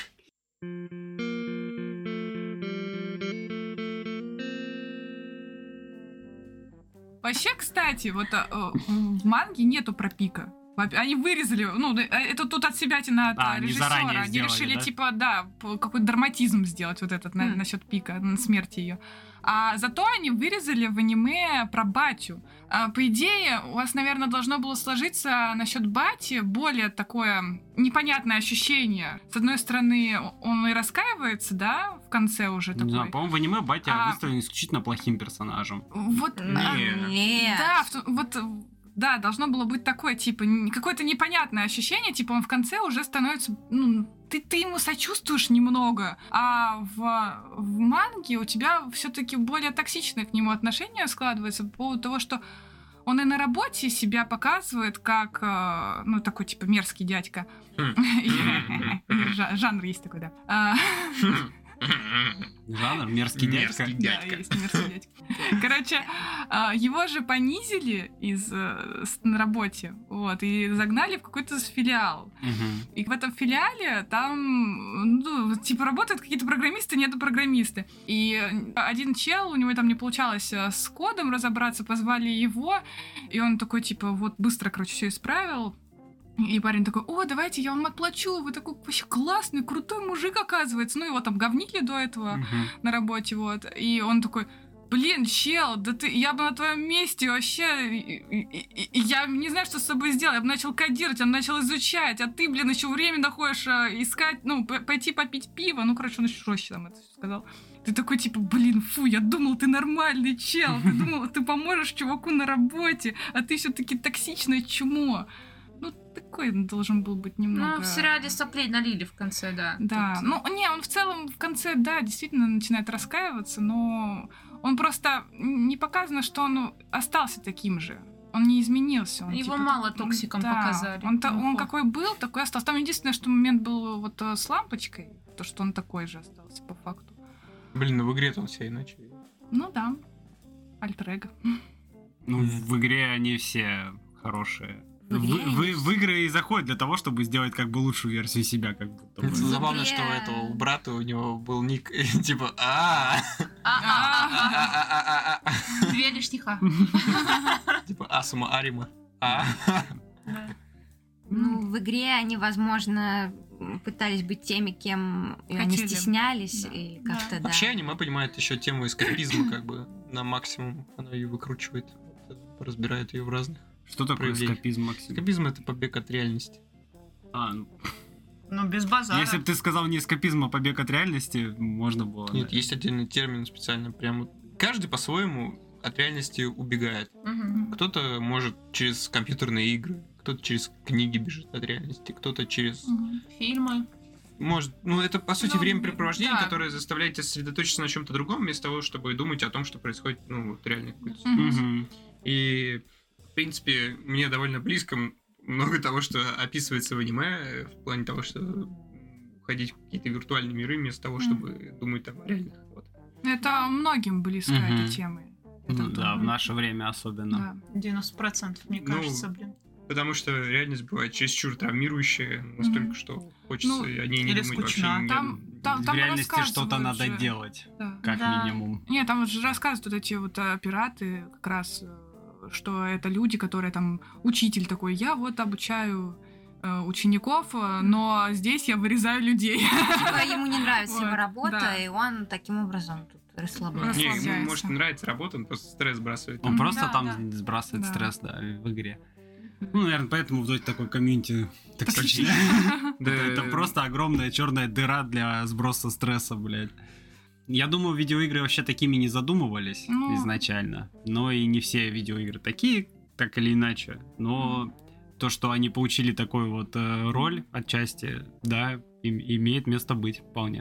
Вообще, кстати, вот в манге нету про Пика. Они вырезали, ну, это тут от себя от режиссера. Они решили, да? Типа, да, какой-то драматизм сделать вот этот насчет Пика, смерти ее. А зато они вырезали в аниме про Батю. По идее, у вас, наверное, должно было сложиться насчет Бати более такое непонятное ощущение. С одной стороны, он и раскаивается, да, в конце уже такой. Да, по-моему, в аниме Батя выставлен исключительно плохим персонажем. Вот, Нет. Да, вот... Да, должно было быть такое, типа, какое-то непонятное ощущение, типа, он в конце уже становится, ну, ты ему сочувствуешь немного, а в манге у тебя все-таки более токсичное к нему отношение складывается по поводу того, что он и на работе себя показывает как, ну, такой, типа, мерзкий дядька. Жанр есть такой, да. Жанр мерзкий дядька. Да, есть мерзкий дядька. Короче, его же понизили на работе, вот, и загнали в какой-то филиал. И в этом филиале там, ну, типа, работают какие-то программисты, нету программисты. И один чел, у него там не получалось с кодом разобраться, позвали его, и он такой, типа, вот, быстро, короче, все исправил. И парень такой, о, давайте я вам отплачу, вы такой вообще классный, крутой мужик, оказывается. Ну, его там говнили до этого на работе, вот. И он такой, блин, чел, да я бы на твоем месте вообще, я не знаю, что с собой сделал, я бы начал кодировать, он начал изучать, а ты, блин, еще время находишь искать, ну, пойти попить пиво, ну, короче, он еще жестче там это сказал. Ты такой, типа, блин, фу, я думал, ты нормальный чел, ты думал, ты поможешь чуваку на работе, а ты все-таки токсичное чмо. Ну, такой должен был быть немного... Ну, в сериале соплей налили в конце, да. Да, тут... ну, не, он в целом в конце, да, действительно начинает раскаиваться, но он просто... Не показано, что он остался таким же. Он не изменился. Он, его типа, мало токсиком показали. Он какой был, такой остался. Там единственное, что момент был вот с лампочкой, то, что он такой же остался по факту. Блин, ну в игре-то он все иначе. Ну да, альтер-эго. Ну, в игре они все хорошие. В игры и заходят для того, чтобы сделать как бы лучшую версию себя, как будто бы. Забавно, что у брата у него был ник типа Две лишних А. Типа Асума Арима. Ну, в игре они, возможно, пытались быть теми, кем они стеснялись, или как-то, да. Вообще аниме понимает еще тему эскапизма, как бы на максимум она ее выкручивает, разбирает ее в разных. Что такое эскапизм, Максим? Эскапизм — это побег от реальности. Ну, без базара. Если бы ты сказал не эскапизм, а побег от реальности, можно было. Нет, есть отдельный термин специально. Прям каждый по-своему от реальности убегает. Кто-то может через компьютерные игры, кто-то через книги бежит от реальности, кто-то через... Фильмы. Может, ну это по сути времяпрепровождение, которое заставляет тебя сосредоточиться на чем-то другом, вместо того, чтобы думать о том, что происходит, ну, вот реально какой-то ситуации. И в принципе, мне довольно близко много того, что описывается в аниме, в плане того, что ходить в какие-то виртуальные миры, вместо того, чтобы думать там о реальных. Вот. Это многим близко эта тема. Да, в наше время особенно. Да, 90%, мне кажется, блин. Потому что реальность бывает чересчур травмирующая, настолько, что хочется о ней не или думать скучна. вообще. Там В реальности что-то рассказывают надо же. делать, Да. как Да. минимум. Нет, там же рассказывают вот эти вот пираты, как раз, что это люди, которые там, учитель такой, я вот обучаю учеников, но здесь я вырезаю людей. Типа ему не нравится Вот, его работа, да. и он таким образом тут расслабляется. Не, ему, расслабляется. может, нравится работа, он просто стресс сбрасывает. Он Мгм. просто Да, там да. сбрасывает Да. стресс, да, в игре. Ну, наверное, поэтому вдруг такой комьюнити токсичный. Да, Это просто огромная черная дыра для сброса стресса, блядь. Я думаю, видеоигры вообще такими не задумывались Ну. изначально. Но и не все видеоигры такие, так или иначе. Но то, что они получили такую вот роль отчасти, да, имеет место быть вполне.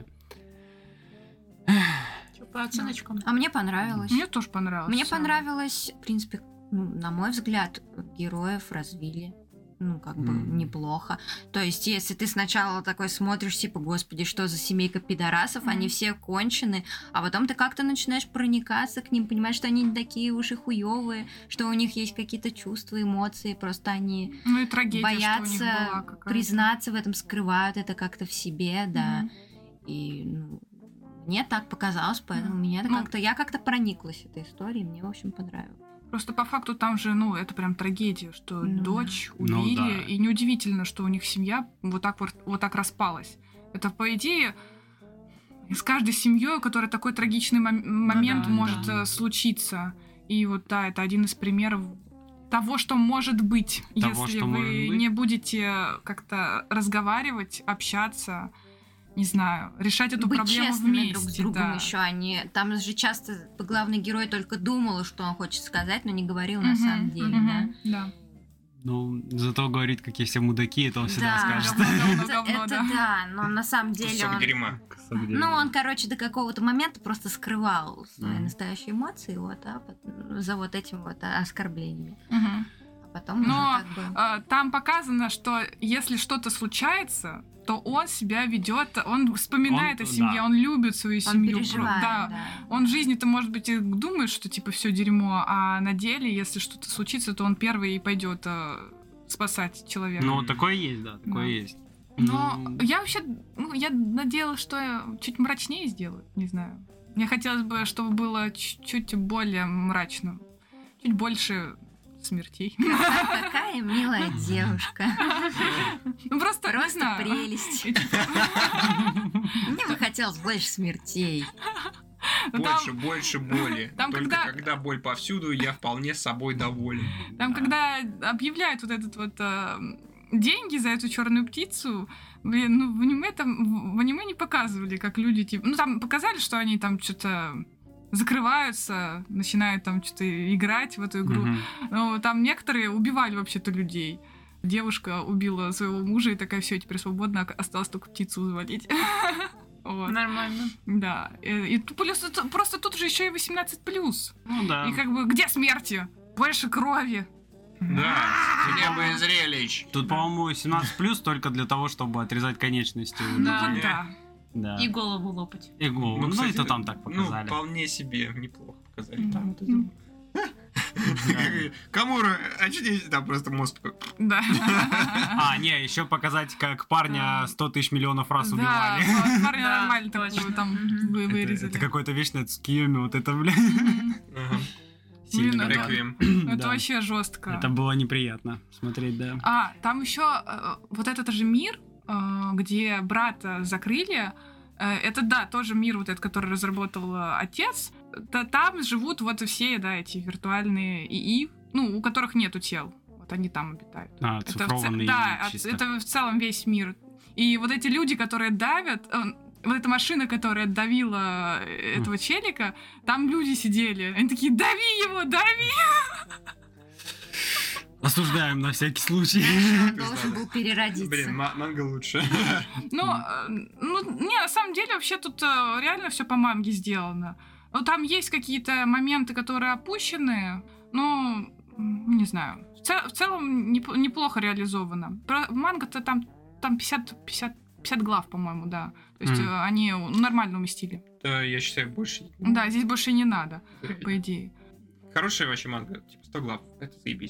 Чё, по оценочкам? А мне понравилось. Мне тоже понравилось. Мне всё. понравилось, в принципе, на мой взгляд, героев развили. Ну, как бы неплохо. То есть, если ты сначала такой смотришь, типа, господи, что за семейка пидорасов, они все кончены, а потом ты как-то начинаешь проникаться к ним, понимаешь, что они не такие уж и хуёвые, что у них есть какие-то чувства, эмоции, просто они Ну и трагедия, что у них боятся была какая-то. признаться в этом, скрывают это как-то в себе, да. Мгм. И мне так показалось, поэтому меня это Ну. как-то я как-то прониклась этой историей, мне, в общем, понравилось. Просто по факту там же, это прям трагедия, что Ну дочь Ну убили, да. и неудивительно, что у них семья вот так распалась. Это, по идее, с каждой семьей, у которой такой трагичный момент да, может да. Случиться. И вот, да, это один из примеров того, что может быть, Того, если что вы может быть. не будете как-то разговаривать, общаться, не знаю, решать эту Быть проблему честными вместе. друг с другом да. еще, они там же часто главный герой только думал, что он хочет сказать, но не говорил на Мгм, самом деле, мгм, да. Ну, зато говорит, какие все мудаки, это он всегда Да, скажет. Говно, это да. да, но на самом деле Кусок он... дерьма. Ну, он, короче, до какого-то момента просто скрывал свои Мгм. настоящие эмоции за вот этим вот оскорблениями. Мгм. А потом уже Но как бы... там показано, что если что-то случается, то он себя ведет, он вспоминает Он- о семье, да. он любит свою Он семью. переживает, Да. да. Он в жизни-то, может быть, и думает, что типа все дерьмо, а на деле, если что-то случится, то он первый и пойдет спасать человека. Ну, такое есть, да, такое Да. есть. Но Ну, я вообще, я надеялась, что чуть мрачнее сделают, не знаю. Мне хотелось бы, чтобы было чуть более мрачно, чуть больше смертей. Какая милая девушка. Ну просто, не Просто знаю. прелесть. Мне бы хотелось больше смертей. Ну, там- Больше боли. там Только когда- когда боль повсюду, я вполне собой доволен. Там, когда объявляют вот этот вот деньги за эту черную птицу, блин, ну в аниме не показывали, как люди типа, там показали, что они там что-то закрываются, начинают там что-то играть в эту игру. мгм. Но там некоторые убивали вообще-то людей. Девушка убила своего мужа и такая, все, теперь свободно, осталось только птицу завалить. Вот. Нормально. Да. И плюс просто тут же еще и 18+. Ну да. И как бы где смерти? Больше крови. Да, хлеба и зрелищ. Тут, по-моему, 17+, только для того, чтобы отрезать конечности. у Да, людей. да. Да. И голову лопать. И голову. Ну, кстати, это там так Ну, показали. вполне себе неплохо показали. Да. Там вот это- Камура, очнись, там просто мозг такой. Да. А, не, еще показать, как парня 100 тысяч миллионов раз Да, убивали. парня Да, нормально точно. такую там Мгм. вырезали. Это какое-то вечное цукиюми, вот это, блядь. Мгм. Ага. Сильно. это- Реквием. Это Да. вообще жестко. Это было неприятно смотреть, да. А, там еще вот этот же мир, где брата закрыли. Это, да, тоже мир вот этот, который разработал отец. Там живут вот все, да, эти виртуальные ИИ, ну, у которых нету тел. Вот они там обитают. А, Это цифрованный да, чисто. это в целом весь мир. И вот эти люди, которые давят, вот эта машина, которая давила этого челика, там люди сидели. Они такие, дави его, дави! Осуждаем на всякий случай. Он должен был переродиться. Блин, манга лучше. Не, на самом деле, вообще тут реально все по манге сделано. Ну, там есть какие-то моменты, которые опущены, но не знаю. В целом неплохо реализовано. Манга-то там 50 глав, по-моему, да. То есть они нормально уместили. Да, я считаю, больше. Да, здесь больше и не надо, по идее. Хорошая вообще манга, типа 100 глав, это заебись.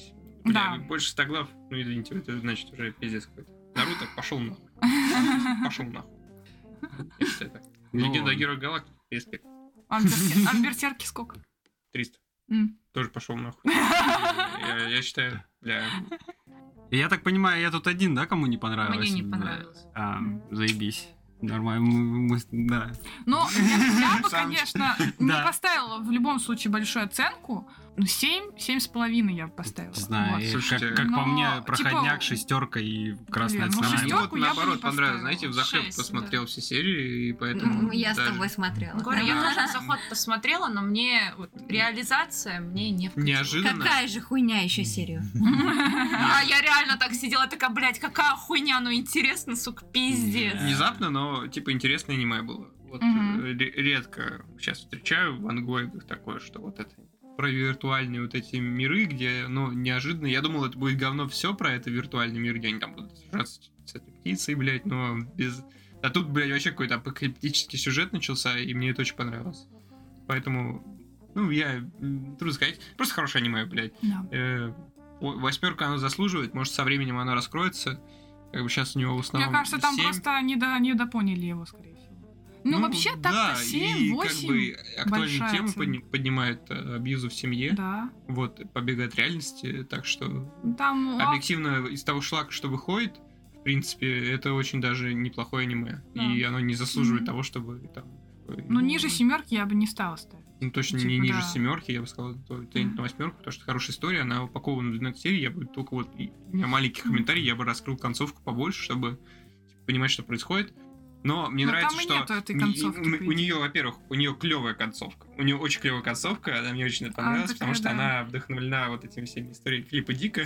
Бля, Да. больше 100 глав, ну извините, это значит уже пиздец какой-то. Наруто пошел нахуй. Пошел нахуй. Я считаю так. Ну, Легенда о Героях Галактики, респект. А Берсерки сколько? 300. М. Тоже пошел нахуй. Я считаю, бля. Я так понимаю, я тут один, да, кому не понравилось? Мне не понравилось. Заебись. Нормально, да. Ну, я бы, Сам- конечно, не Да. поставила в любом случае большую оценку. Ну, 7,5 я бы поставила. Не знаю, Вот. Слушайте, как по но, мне, типа, проходняк, шестерка и красная блин, ну, цена. Мне шестерку вот я бы наоборот не понравилось, поставила. знаете, в захлеб 6, посмотрел все серии, и поэтому... Я с даже тобой смотрела. Говорю, я тоже заход посмотрела, но мне вот реализация мне не вкатила. Неожиданно. Какая же хуйня еще серию? А я реально так сидела, такая, блядь, какая хуйня, ну интересно, сука, пиздец. Внезапно, но типа интересное аниме было. Вот Мгм. редко сейчас встречаю в ангоидах такое, что вот это про виртуальные вот эти миры, где, ну, неожиданно, я думал, это будет говно все про это виртуальный мир, где они там будут сражаться с этой птицей, блядь, но без... А тут, блядь, вообще какой-то апокалиптический сюжет начался, и мне это очень понравилось. Поэтому, ну, трудно сказать, просто хорошее аниме, блядь. Да. 8 оно заслуживает, может, со временем оно раскроется. Как бы сейчас у него в основном Мне кажется, там 7. просто недопоняли его, скорее всего. Ну, вообще, да, так-то и 7-8. как бы актуальную большая тему оценка. поднимает абьюзу в семье. Да. Вот, побег от реальности. Так что Там объективно из того шлака, что выходит, в принципе, это очень даже неплохое аниме. Да. И оно не заслуживает Мгм. того, чтобы там... ну, ниже 7 я бы не стала ставить. Ну, точно не типа, ниже да. 7, я бы сказал, тянет на 8, потому что хорошая история, она упакована в 12 серий, я бы только вот, у меня маленький комментарий, я бы раскрыл концовку побольше, чтобы понимать, что происходит. Но мне Но нравится, там и что нету этой концовки, по у идее. нее, во-первых, у нее клевая концовка. У нее очень клевая концовка, она мне очень это понравилась, такая, потому что да. она вдохновлена вот этими всеми историями Филиппа Дика.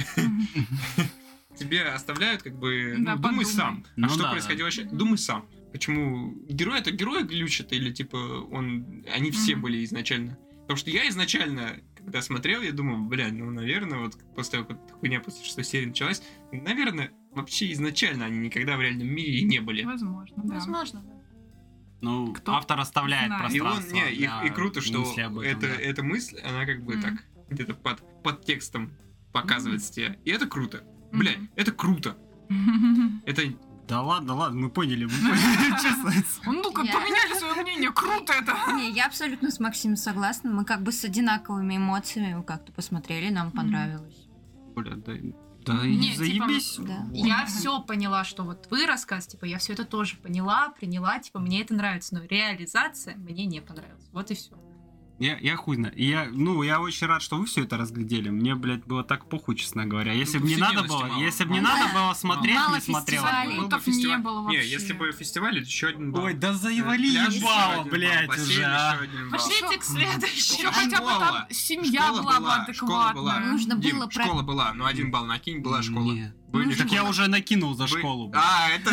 Тебе оставляют, как бы, Да, думай подумай. сам. Ну А что да, происходило вообще? Думай сам. Почему герой это герой глючит, или типа они все Мгм. были изначально? Потому что я изначально, когда смотрел, я думал, блядь, ну, наверное, вот после того, как эта хуйня после 6 серии началась, наверное, вообще изначально они никогда в реальном мире и не были. Возможно, да. Возможно. Ну, Кто автор оставляет знает. И пространство. и круто, что мысли об этом, да. эта мысль, она как бы Мгм. так где-то под текстом показывается тебе. И это круто. Мгм. Блядь, это круто. Это Да ладно, мы поняли, честно. Ну-ка, Я- поменяли свое мнение, круто это! Не, я абсолютно с Максимом согласна. Мы как бы с одинаковыми эмоциями как-то посмотрели, нам понравилось. Бля, да Не, типа, заебись. Да. Я все поняла, что вот вы рассказ, типа, я все это тоже поняла, приняла, типа, мне это нравится, но реализация мне не понравилась. Вот и все. Я хуй знаю. Я очень рад, что вы все это разглядели. Мне, блядь, было так похуй, честно говоря. Если бы не надо было, повседневности мало. если бы не надо было смотреть, Мало не смотрел. фестивалей. был бы Салютов не фестиваль. было Не, вообще. если бы фестиваль, это еще один балл. Ой, да заевали Пляж, ебало, еще один балл. блядь, Бассейн, уже, а. еще один балл. Пошлите к следующему. Еще хотя бы там семья Школа была бы была, адекватная. Нужно Дим, было про- школа была, ну один балл накинь, была школа. Не. Были Так я уже накинул за школу. блядь. это...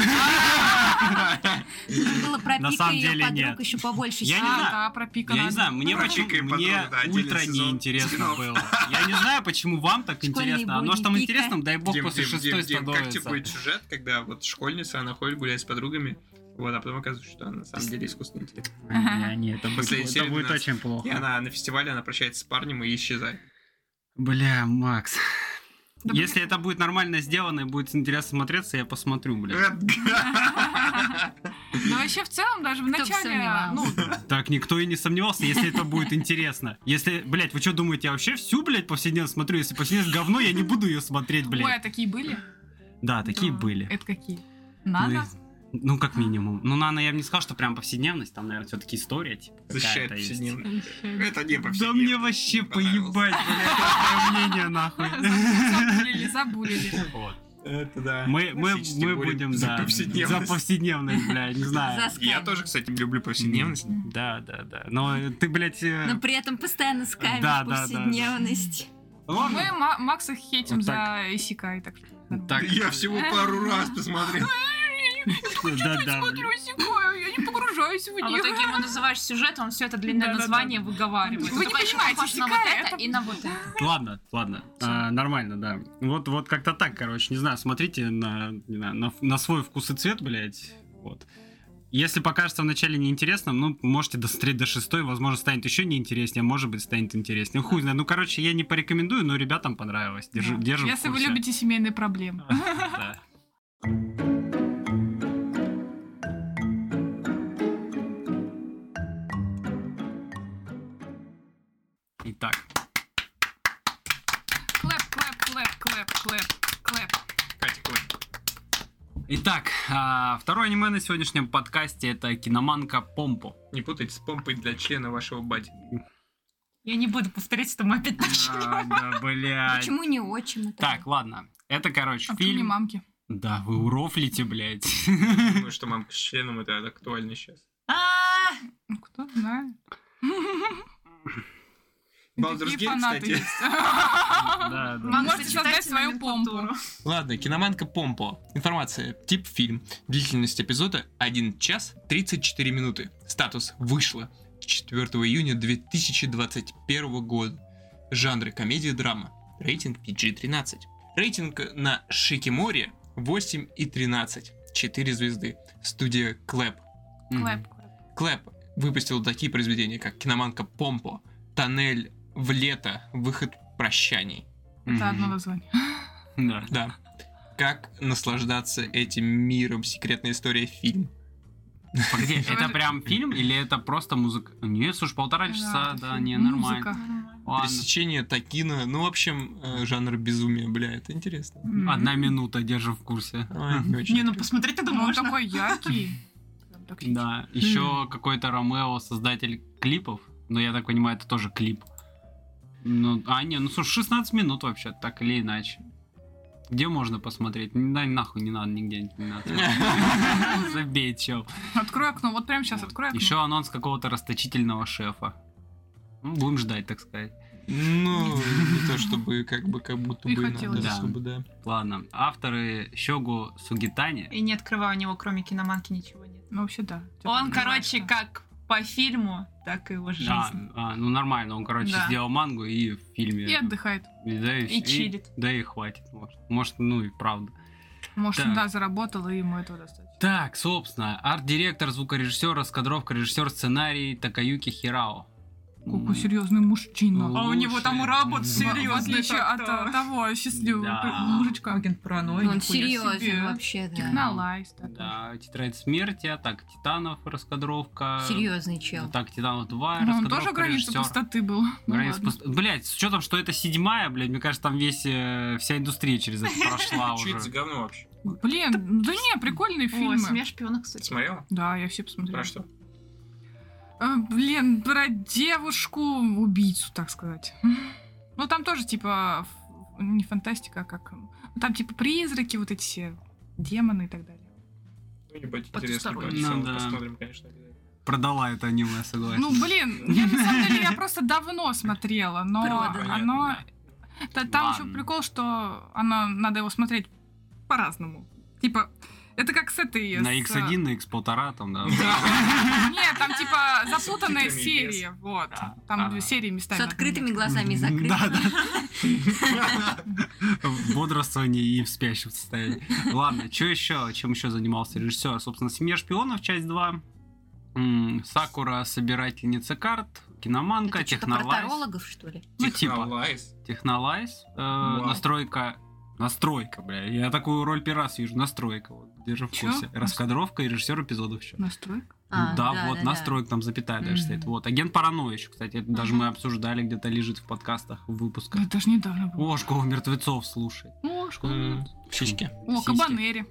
Нужно было про На Пика самом и ее деле подруг нет. еще побольше. Я не снять. знаю. Да, про Пика Я не надо. знаю, мне Про Чика и мне подругу, да, отдельный ультра сезон неинтересно спин-офф. было. Я не знаю, почему вам так Школьные интересно. Оно будни ж там Пика. интересно, дай бог, Дим, после Дим, шестой Дим, как тебе становится. будет сюжет, когда вот школьница, она ходит гулять с подругами, вот, а потом оказывается, что она на самом деле искусственный интеллект. Не, это Последняя серия будет 12. очень И плохо. она на фестивале, она прощается с парнем и исчезает. Бля, Макс. Да, Если это будет нормально сделано и будет интересно смотреться, я посмотрю, бля. Да вообще в целом даже в Кто бы начале, сомневался. Так никто и не сомневался, если это будет интересно. Если, блядь, вы что думаете, я вообще всю, блядь, повседневно смотрю? Если повседневность говно, я не буду ее смотреть, ой, а блядь. такие были? Да, такие Да. были. Это какие? Надо? Ну, как минимум. Ну, наверное, я бы не сказал, что прям повседневность. Там, наверное, все-таки история, типа, Защищает какая-то есть. повседневно. Это не Да повседневно. мне вообще Понравилось. поебать, блядь, твое мнение, нахуй. Забулили. Вот. Это да. Мы Классический будем, за да, повседневность. за повседневность, блядь, не знаю. За Я скайп. тоже, кстати, люблю повседневность. Да. Но ты, блядь... Но при этом постоянно скаймишь Да, да, да. повседневность. Ладно. Мы Макса хейтим Вот за Исикай, так что... Так, Я всего пару раз посмотрел. да, Смотрю Исикаю, я не погружаюсь в А в них. итоге ему называешь сюжет, он все это длинное Да-да-да. название выговаривает. Вы не Только ещё понимаете, похож на вот Исикай это это- и на вот это. Ладно. Нормально, да. Вот как-то так, короче. Не знаю, смотрите на свой вкус и цвет, блядь. Вот. Если покажется вначале неинтересным, ну, можете досмотреть до 6, возможно, станет еще неинтереснее, а может быть, станет интереснее. Хуй знает. Ну, короче, я не порекомендую, но ребятам понравилось. Держим в Если вы курсе. любите семейные проблемы. Да. Итак, Клэп, клэп, клэп, клэп, клэп, клэп. Катя, клэп. итак, второе аниме на сегодняшнем подкасте — это киноманка Помпо. Не путайте с помпой для члена вашего бати. Я не буду повторять, что мы опять начали. Да, блядь. Почему не отчим? Так, ладно. Это, короче, А почему не фильм... мамки? Да, вы урофлите, блядь. Думаю, что мамка с членом это актуально сейчас. Ну, кто знает. Baldur's Такие Gate, фанаты кстати. есть. Да, да. Вы Можете можете создать читать свою номенклатуру. Ладно, киноманка Помпо. Информация. Тип фильм. Длительность эпизода 1 час 34 минуты. Статус вышло 4 июня 2021 года. Жанры комедия-драма. Рейтинг PG-13. Рейтинг на Шикиморе 8,13. 4 звезды. Студия Клэп. Клэп. Клэп выпустил такие произведения, как киноманка Помпо, Тоннель в лето, Выход прощаний. Это одно название. Да. Да. Как наслаждаться этим миром? Секретная история фильм. Погоди, это прям фильм или это просто музыка? Нет, слушай, 1,5 часа, это да, фильм. не, Музыка. нормально. Ладно. Пересечение Токино. Ну, в общем, жанр безумия, бля, это интересно. 1 минута, держим в курсе. Ой, не очень Не, ну интересно. посмотреть тогда Ну, он можно. такой яркий. Прям токсичный. Да, еще какой-то Ромео, создатель клипов, но я так понимаю, это тоже клип. Ну, не, ну слушай, 16 минут вообще, так или иначе. Где можно посмотреть? Да, нахуй не надо нигде, не надо. Забей, чел. Открой окно, вот прямо сейчас открой окно. Еще анонс какого-то расточительного шефа. Ну, будем ждать, так сказать. Ну, не то чтобы, как будто И бы хотелось. надо, Да. чтобы, да. Ладно, авторы Сёгу Сугитани. И не открываю у него, кроме киноманки, ничего нет. Ну, вообще, да. Он, короче, как по фильму, так и его жизнь. Ну нормально, он, короче, Да. сделал мангу и в фильме. И отдыхает. И чилит. Да и хватит, может, ну и правда. Может, Так. да, заработал, и ему этого достаточно. Так, собственно, арт-директор, звукорежиссер, раскадровка, режиссер, сценарий Такаюки Хирао. Какой серьезный мужчина. А у него там и работа В В серьезная. отличие от так-то. того счастливого Да. мужичка. Агент паранойи. Он нихуя серьезен себе. вообще, да. Технолайз. такой. Да, Тетрадь смерти, Атака титанов, раскадровка. Серьезный чел. Атака титанов 2, Ну, он раскадровка, тоже граница режиссер. пустоты был. Ну, Граница ладно. Блять, с учетом, что это 7-я, блядь, мне кажется, там вся индустрия через это прошла Что это за уже. говно вообще? Блин, да не, прикольные О, фильмы. «Семья шпионов», кстати. Смотрела? Да, я все посмотрела. Про что? Блин, про девушку-убийцу, так сказать. Ну, там тоже, типа, не фантастика, а как... Там, типа, призраки, вот эти все, демоны и так далее. Ну, ебать, Потусторонний. интересно. Ну, да. Посмотрим, конечно. Продала это аниме, согласен. Ну, блин, я на самом деле, я просто давно смотрела, но Продано. оно... Там еще Ладно. прикол, что надо его смотреть по-разному. Типа, это как с этой... На с- X1, на X1,5 там, да. Нет, там типа запутанная Субтитрами серия, вот. Да. Там Ага. серии С местами. открытыми глазами и закрытыми. В бодрствовании и в спящем состоянии. Ладно, что еще? Чем еще занимался режиссер? Собственно, «Семья шпионов», часть 2. Сакура, собирательница карт. Киноманка, Это что-то про Технолайз. тарологов, что ли? Ну, типа, Технолайз. Технолайз. Настройка, бля. Я такую роль первый раз вижу. Настройка. Вот, держу в Чё? курсе. Раскадровка и режиссер эпизодов еще. Настройка. Да, вот настройка, там запятая даже стоит. Вот, агент паранойи еще, кстати. Это даже мы обсуждали, где-то лежит в подкастах, в выпусках. Это даже недавно было. О, школа мертвецов, слушай. О, школа. Сиськи. О, Сиськи. Кабанери.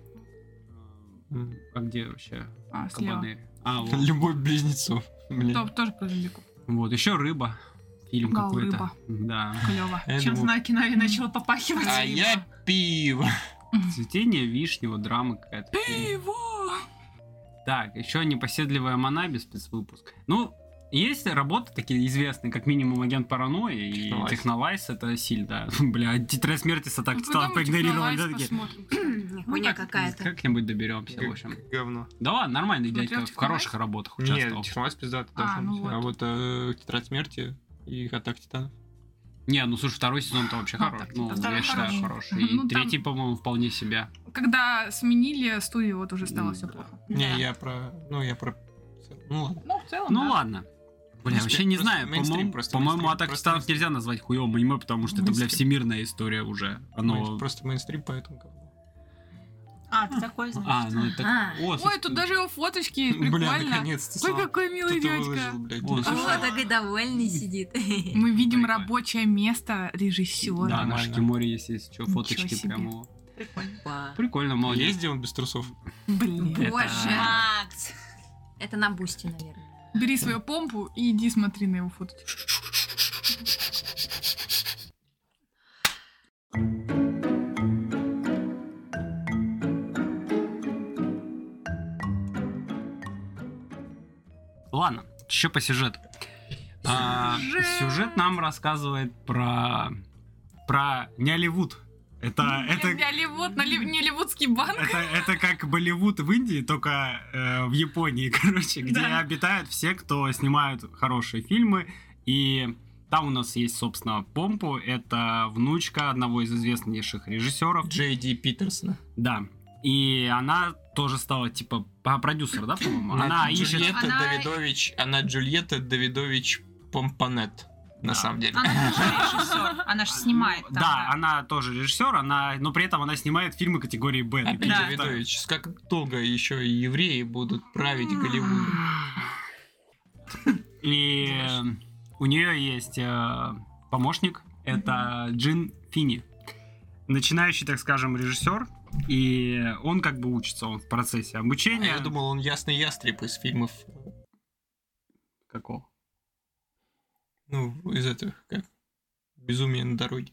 А где вообще Слева. Кабанери? Вот. Любовь близнецов. Блин. Тоже про зомбиков. Вот, еще рыба. Фильм Вау, какой-то. рыба. Да. Клево. Я Чем думал, знаки Нави начало попахивать. А я пиво. Цветение вишни, вот драма какая-то. Пиво! Так, еще непоседливая Монаби, спецвыпуск. Ну, есть работы такие известные, как минимум агент паранойи и Технолайз. Технолайз, это сильно, да. Бля, тетрадь смерти с атак титанов проигнорировали, да, такие. Хуйня какая-то. Как-нибудь доберемся, в общем. Говно. Да ладно, нормальный Смотрел дядька, в «Технолайз»? хороших работах участвовал. Нет, Технолайз пиздатый А, должен ну быть. вот. А вот Тетрадь смерти и Атака титанов. Не, ну слушай, второй сезон-то вообще хороший. так, Ну, второй я считаю, хороший. хороший. И Ну, там- третий, по-моему, вполне себе. Когда сменили студию, вот уже стало все плохо. Не, я про... Ну, ладно. Ну, в целом, Ну да. ладно. Бля, Просто- вообще не просто знаю. мейнстрим, По-моему, мейнстрим, Атаку просто Титанов мейнстрим. нельзя назвать хуёвым аниме, потому что это, бля, Мейнстрим. всемирная история уже. Оно... Просто мейнстрим, поэтому... А, ты такой, значит. Ну это... А. Ой, тут даже его фоточки есть, Бля, прикольно. наконец-то. Ой, Слава. какой милый Кто-то дядька. выложил, блядь, Вот. слушай. Вот такой довольный сидит. Мы видим Прикольно. рабочее место режиссера. Да, на Нормально. Шикиморе есть, если что, Ничего фоточки себе. прям его. Опа. Прикольно, молодец. Есть где он без трусов? Блин. Боже. Макс. Это на бусте, наверное. Бери свою помпу и иди смотри на его фоточки. Ладно, еще по сюжету. Сюжет нам рассказывает про Нолливуд. Это Голливуд, не Ливудский банк. это как Болливуд в Индии, только в Японии, короче, где Да. обитают все, кто снимают хорошие фильмы. И там у нас есть, собственно, Помпу. Это внучка одного из известнейших режиссеров. Джей Ди Питерсона. Да. И она тоже стала, типа, продюсер, да, по-моему? Она ищет... Джульетта Она- Давидович, она Джульетта Давидович Помпанет, на Да. самом деле. Она тоже режиссер. Она же снимает. там, Да, она тоже режиссер, но при этом она снимает фильмы категории Б. Опять такие, Да. Давидович, как долго еще и евреи будут править Голливудом? И у нее есть помощник, это Джин Фини. Начинающий, так скажем, режиссер. И он как бы учится, он в процессе А обучения. я думал, он ясный ястреб из фильмов, Какого? ну, из этих, как «Безумие на дороге».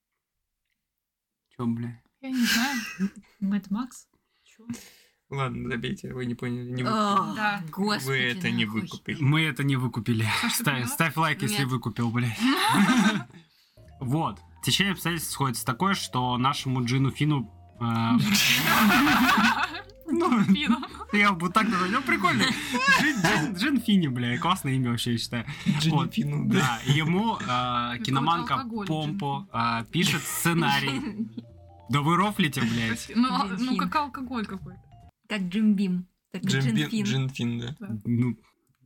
Чё, бля? Я не знаю. Мэд Макс. Чё? Ладно, забейте, вы не поняли, не О, Да. Господи, Вы это не нахуй. выкупили. Мы это не выкупили. Саша, ты Ставь, поняла? ставь лайк, если Нет. выкупил, блядь. Вот. Течение обстоятельств сходится такое, что нашему Джину Фину... Ну, Фину. я бы так назвал, прикольно. Джин Фини, бля, классное имя вообще, я считаю. Джинни Вот. Фину, да. Да, и ему киноманка алкоголь, Помпо пишет сценарий. Да вы рофлите, блядь. Ну, Джин как алкоголь какой-то. Как Джим Бим. Так и Джин Фин. Джин Фин, да. Ну,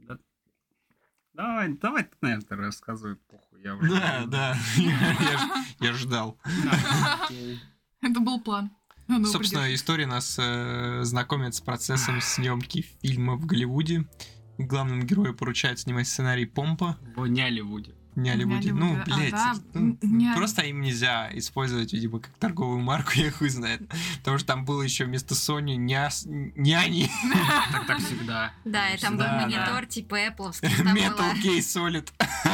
да. Давай ты, наверное, рассказывай, похуй. Я уже... Да, я ждал. Это был план. Надо его Собственно, история нас знакомит с процессом съемки фильма в Голливуде. Главному герою поручают снимать сценарий Помпа. В Нолливуде. Не Голливуде. Ну, Голливуде. блядь, Да, ну, не- просто им нельзя использовать, видимо, как торговую марку, я хуй знает. Потому что там было еще вместо Sony няни. Так всегда. Да, и там был Да, монитор типа Apple'овский. Там Metal была- Gear Solid.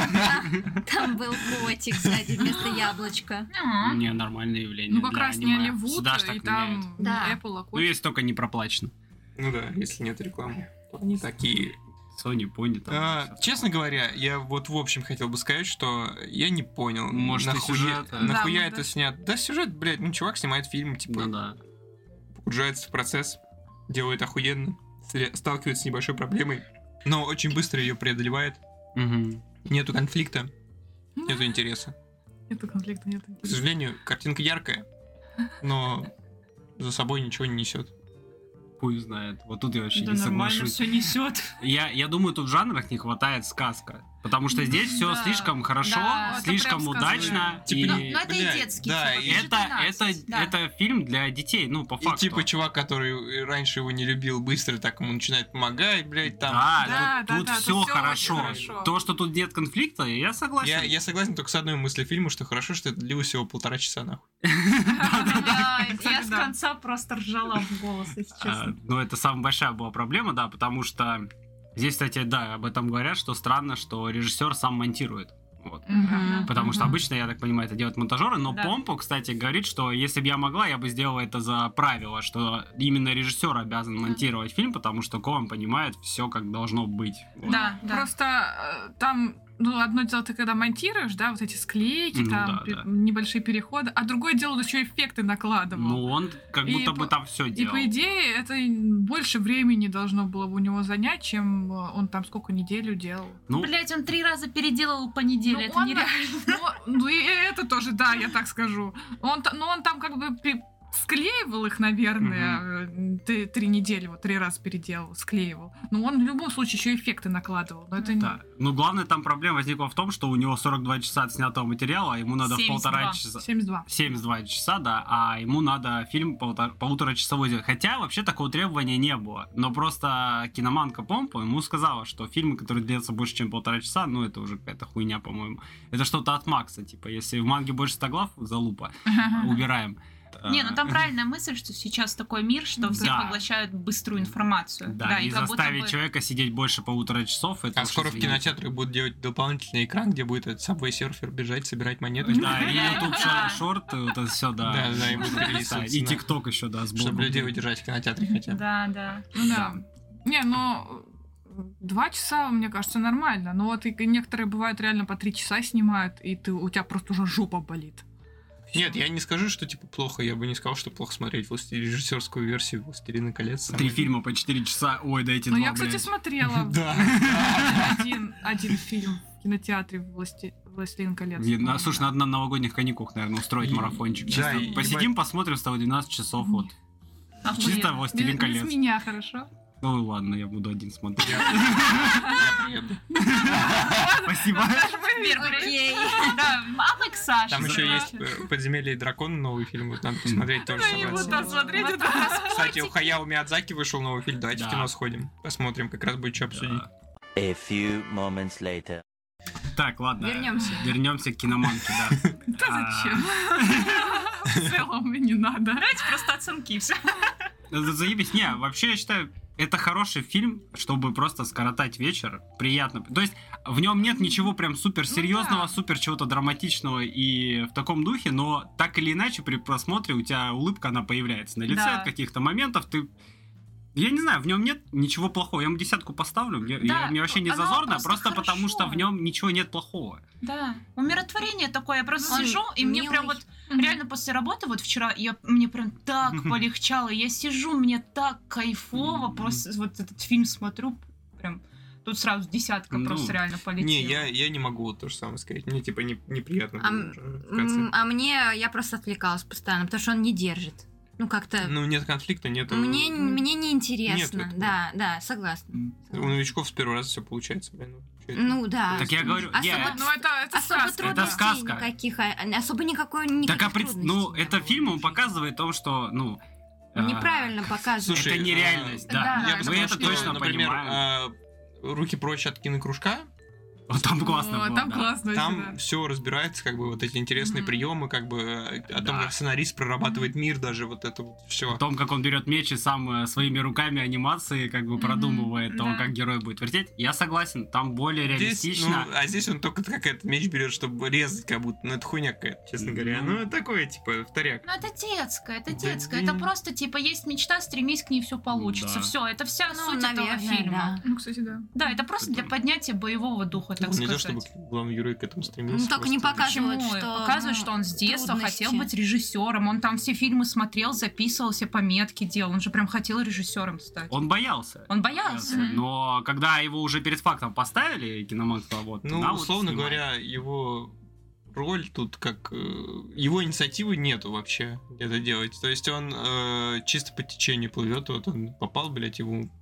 Там был котик, кстати, вместо яблочка. Не, нормальное явление. Ну, как для раз не аниме. Hollywood, Сюда ж так и там меняют. Да. Apple, а Ну, если только не проплачено. Ну да, если нет рекламы, то они такие. Sony, Pony там. всё. Честно говоря, я вот в общем хотел бы сказать, что я не понял, Может, и сюжет, а? нахуя Да, это да. снят. Да, сюжет, блядь, ну чувак снимает фильм, типа, Ну да. погружается в процесс, делает охуенно, сталкивается с небольшой проблемой, но очень быстро ее преодолевает. Мгм. Нету конфликта, нету интереса. Нету конфликта, нет. К сожалению, картинка яркая, но за собой ничего не несет. Хуй знает. Вот тут я вообще Да не нормально соглашусь. все несет. Я думаю, тут в жанрах не хватает сказка. Потому что здесь все Да. слишком хорошо, Да, это слишком прям удачно. Типа, И Ну, это и блядь, детский. да, типа, и уже 13, да. это фильм для детей, ну, по И факту. типа чувак, который раньше его не любил, быстро так ему начинает помогать, блядь, там. Да, Да, тут да, все тут всё хорошо. очень хорошо. То, что тут нет конфликта, я согласен. Я согласен только с одной мыслью фильма, что хорошо, что это длилось всего 1,5 часа, нахуй. Да, я Кстати, с да. конца просто ржала в голос, если честно. Ну, это самая большая была проблема, да, потому что здесь, кстати, да, об этом говорят, что странно, что режиссер сам монтирует. Вот. Мгм. Потому что Мгм. обычно, я так понимаю, это делают монтажеры, но Да. Помпо, кстати, говорит, что если бы я могла, я бы сделала это за правило, что именно режиссер обязан монтировать фильм, потому что он понимает все, как должно быть. Вот. Да, да. Просто там ну, одно дело, ты когда монтируешь, да, вот эти склейки, Ну там, да. небольшие переходы, а другое дело, он еще эффекты накладывал. Ну, он как И будто бы по- там все И делал. по идее, это больше времени должно было бы у него занять, чем он там сколько неделю делал. Ну, Блять, он 3 раза переделал по неделе, это он- нереально. Ну, и это тоже, да, я так скажу. Он там как бы склеивал их, наверное, 3 недели, вот 3 раза переделал, склеивал. Но он в любом случае еще эффекты накладывал. Но это да. Ну, главная там проблема возникла в том, что у него 42 часа отснятого материала, а ему надо в 72. 1,5 часа... 72. 72 часа, да, а ему надо фильм полуторачасовой сделать. Хотя вообще такого требования не было. Но просто киноманка Помпо ему сказала, что фильмы, которые длятся больше, чем 1,5 часа, ну, это уже какая-то хуйня, по-моему. Это что-то от Макса, типа, если в манге больше 100 глав, залупа, убираем. Не, ну там правильная мысль, что сейчас такой мир, что все Да. поглощают быструю информацию. Да, и как будто заставить бы- человека сидеть больше 1,5 часов, это А уж скоро в извините. кинотеатрах будут делать дополнительный экран, где будет этот Subway Surfer бежать, собирать монеты. Да, и YouTube Да. шорт, вот это все, да. Да, да, и будут Да, перелистываться и на- ТикТок еще, да, сбоку. Чтобы людей удержать в кинотеатре хотя бы. Да, да. Ну да. Не, ну 2 часа, мне кажется, нормально. Но вот и некоторые бывают реально по 3 часа снимают, и у тебя просто уже жопа болит. Нет, я не скажу, что типа плохо. Я бы не сказал, что плохо смотреть режиссерскую версию «Властелина колец». 3 фильма по 4 часа, ой, дайте Ну 2, я, кстати, блядь. смотрела Да. один фильм в кинотеатре «Властелин колец». Слушай, надо на новогодних каникулах, наверное, устроить И- марафончик. да, Чисто и- посидим, посмотрим с тобой 12 часов, вот. Охуенно. Чисто «Властелин Без колец». меня, хорошо? Ну ладно, я буду один смотреть. Я приеду. Спасибо. Окей. Да, а мы к Саше. Там еще да. есть «Подземелье и драконы», новый фильм. Вот надо посмотреть тоже. Я не буду собраться. там смотреть Вот это. как раз Кстати, у Хаяо Миядзаки вышел новый фильм. Давайте в Да. кино сходим. Посмотрим, как раз будет что обсудить. A few moments later. Так, ладно. Вернемся. Вернемся к киноманке, да. Да зачем? В целом не надо. Давайте просто оценки и все. Заебись. Не, вообще я считаю, это хороший фильм, чтобы просто скоротать вечер. Приятно. То есть в нем нет ничего прям супер серьезного, да. супер чего-то драматичного и в таком духе, но так или иначе при просмотре у тебя улыбка, она появляется на лице Да. от каких-то моментов. Я не знаю, в нем нет ничего плохого. Я ему 10 поставлю. Мне вообще не оно зазорно, просто просто потому хорошо. что в нем ничего нет плохого. Да. Умиротворение такое. Я просто Он сижу, и мне милый. прям вот реально после работы, вот вчера, мне прям так полегчало. Я сижу, мне так кайфово. Просто вот этот фильм смотрю, прям тут сразу 10 Ну, просто реально полетела. Не, я не могу вот то же самое сказать. Мне типа неприятно А, было уже в конце. А мне я просто отвлекалась постоянно, потому что он не держит. Ну, как-то... Ну, нет конфликта, нету... Мне не Нет интересно. этого. Да, согласна. У новичков с первого раза все получается, блин. Чё это? Ну да. Так я говорю, Особо, Ну это особо сказка. трудностей сказка. никаких, особо никакой Так, никаких трудностей ну, не это было. фильм, он показывает то, что, ну... Неправильно показывает. Слушай, это нереальность, да. да, Я бы Мы сказал, это что, точно например, понимаем. «Руки прочь от кинокружка», Вот там классно О, было, там да. классно. там да. все разбирается, как бы вот эти интересные Мгм. приемы, как бы о том, Да. как сценарист прорабатывает мир, даже вот это вот все. О том, как он берет меч и сам своими руками анимации как бы продумывает то, да. как герой будет вертеть. Я согласен, там более Здесь, реалистично. а здесь он только как этот меч берет, чтобы резать, как будто, ну это хуйня какая-то, честно говоря. Ну. Ну такое, типа, вторяк. Ну, это детское, это Да, детское. да. Это просто, типа, есть мечта, стремись к ней, все получится. Да. Все, это вся Ну, суть этого наверное, фильма. да. Ну, кстати, да. Да, это просто для поднятия боевого духа, так Не то, сказать. чтобы главный герой к этому стремился. Ну, только не просто- показывают, Почему? что... Показывает, что он с детства трудности. хотел быть режиссером. Он там все фильмы смотрел, записывал, все пометки делал. Он же прям хотел режиссером стать. Он боялся. Он боялся. Но когда его уже перед фактом поставили, киноман сказал, вот, Ну, да, вот условно снимай. говоря, его роль тут как... его инициативы нету вообще это делать. То есть он чисто по течению плывет. Вот он попал, блядь,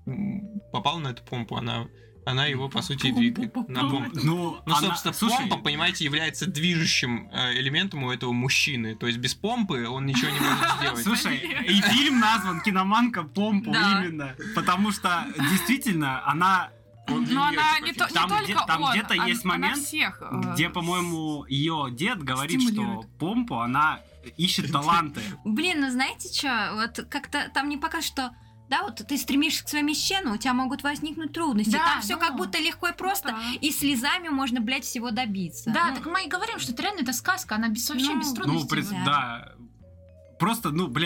попал на эту помпу, она его, по сути, и двигает. На помпу. Ну, Ну, она- собственно, слушай, помпа, понимаете, является движущим элементом у этого мужчины. То есть без помпы он ничего не может сделать. Слушай, и фильм назван «Киноманка Помпу» Да. именно. Потому что, действительно, она... Но она не Там только где- там он, где-то есть она момент, всех, где, по-моему, ее дед говорит, что стимулирует. Помпу, она ищет таланты. Блин, ну знаете что, вот как-то там не показывают, что да, вот ты стремишься к своей мечте, но у тебя могут возникнуть трудности. Да, Там все ну. как будто легко и просто, да. и слезами можно, блядь, всего добиться. Да, Ну, так мы и говорим, что это реально это сказка, она вообще Ну, без Ну, трудностей. да. да. Просто, ну, бля,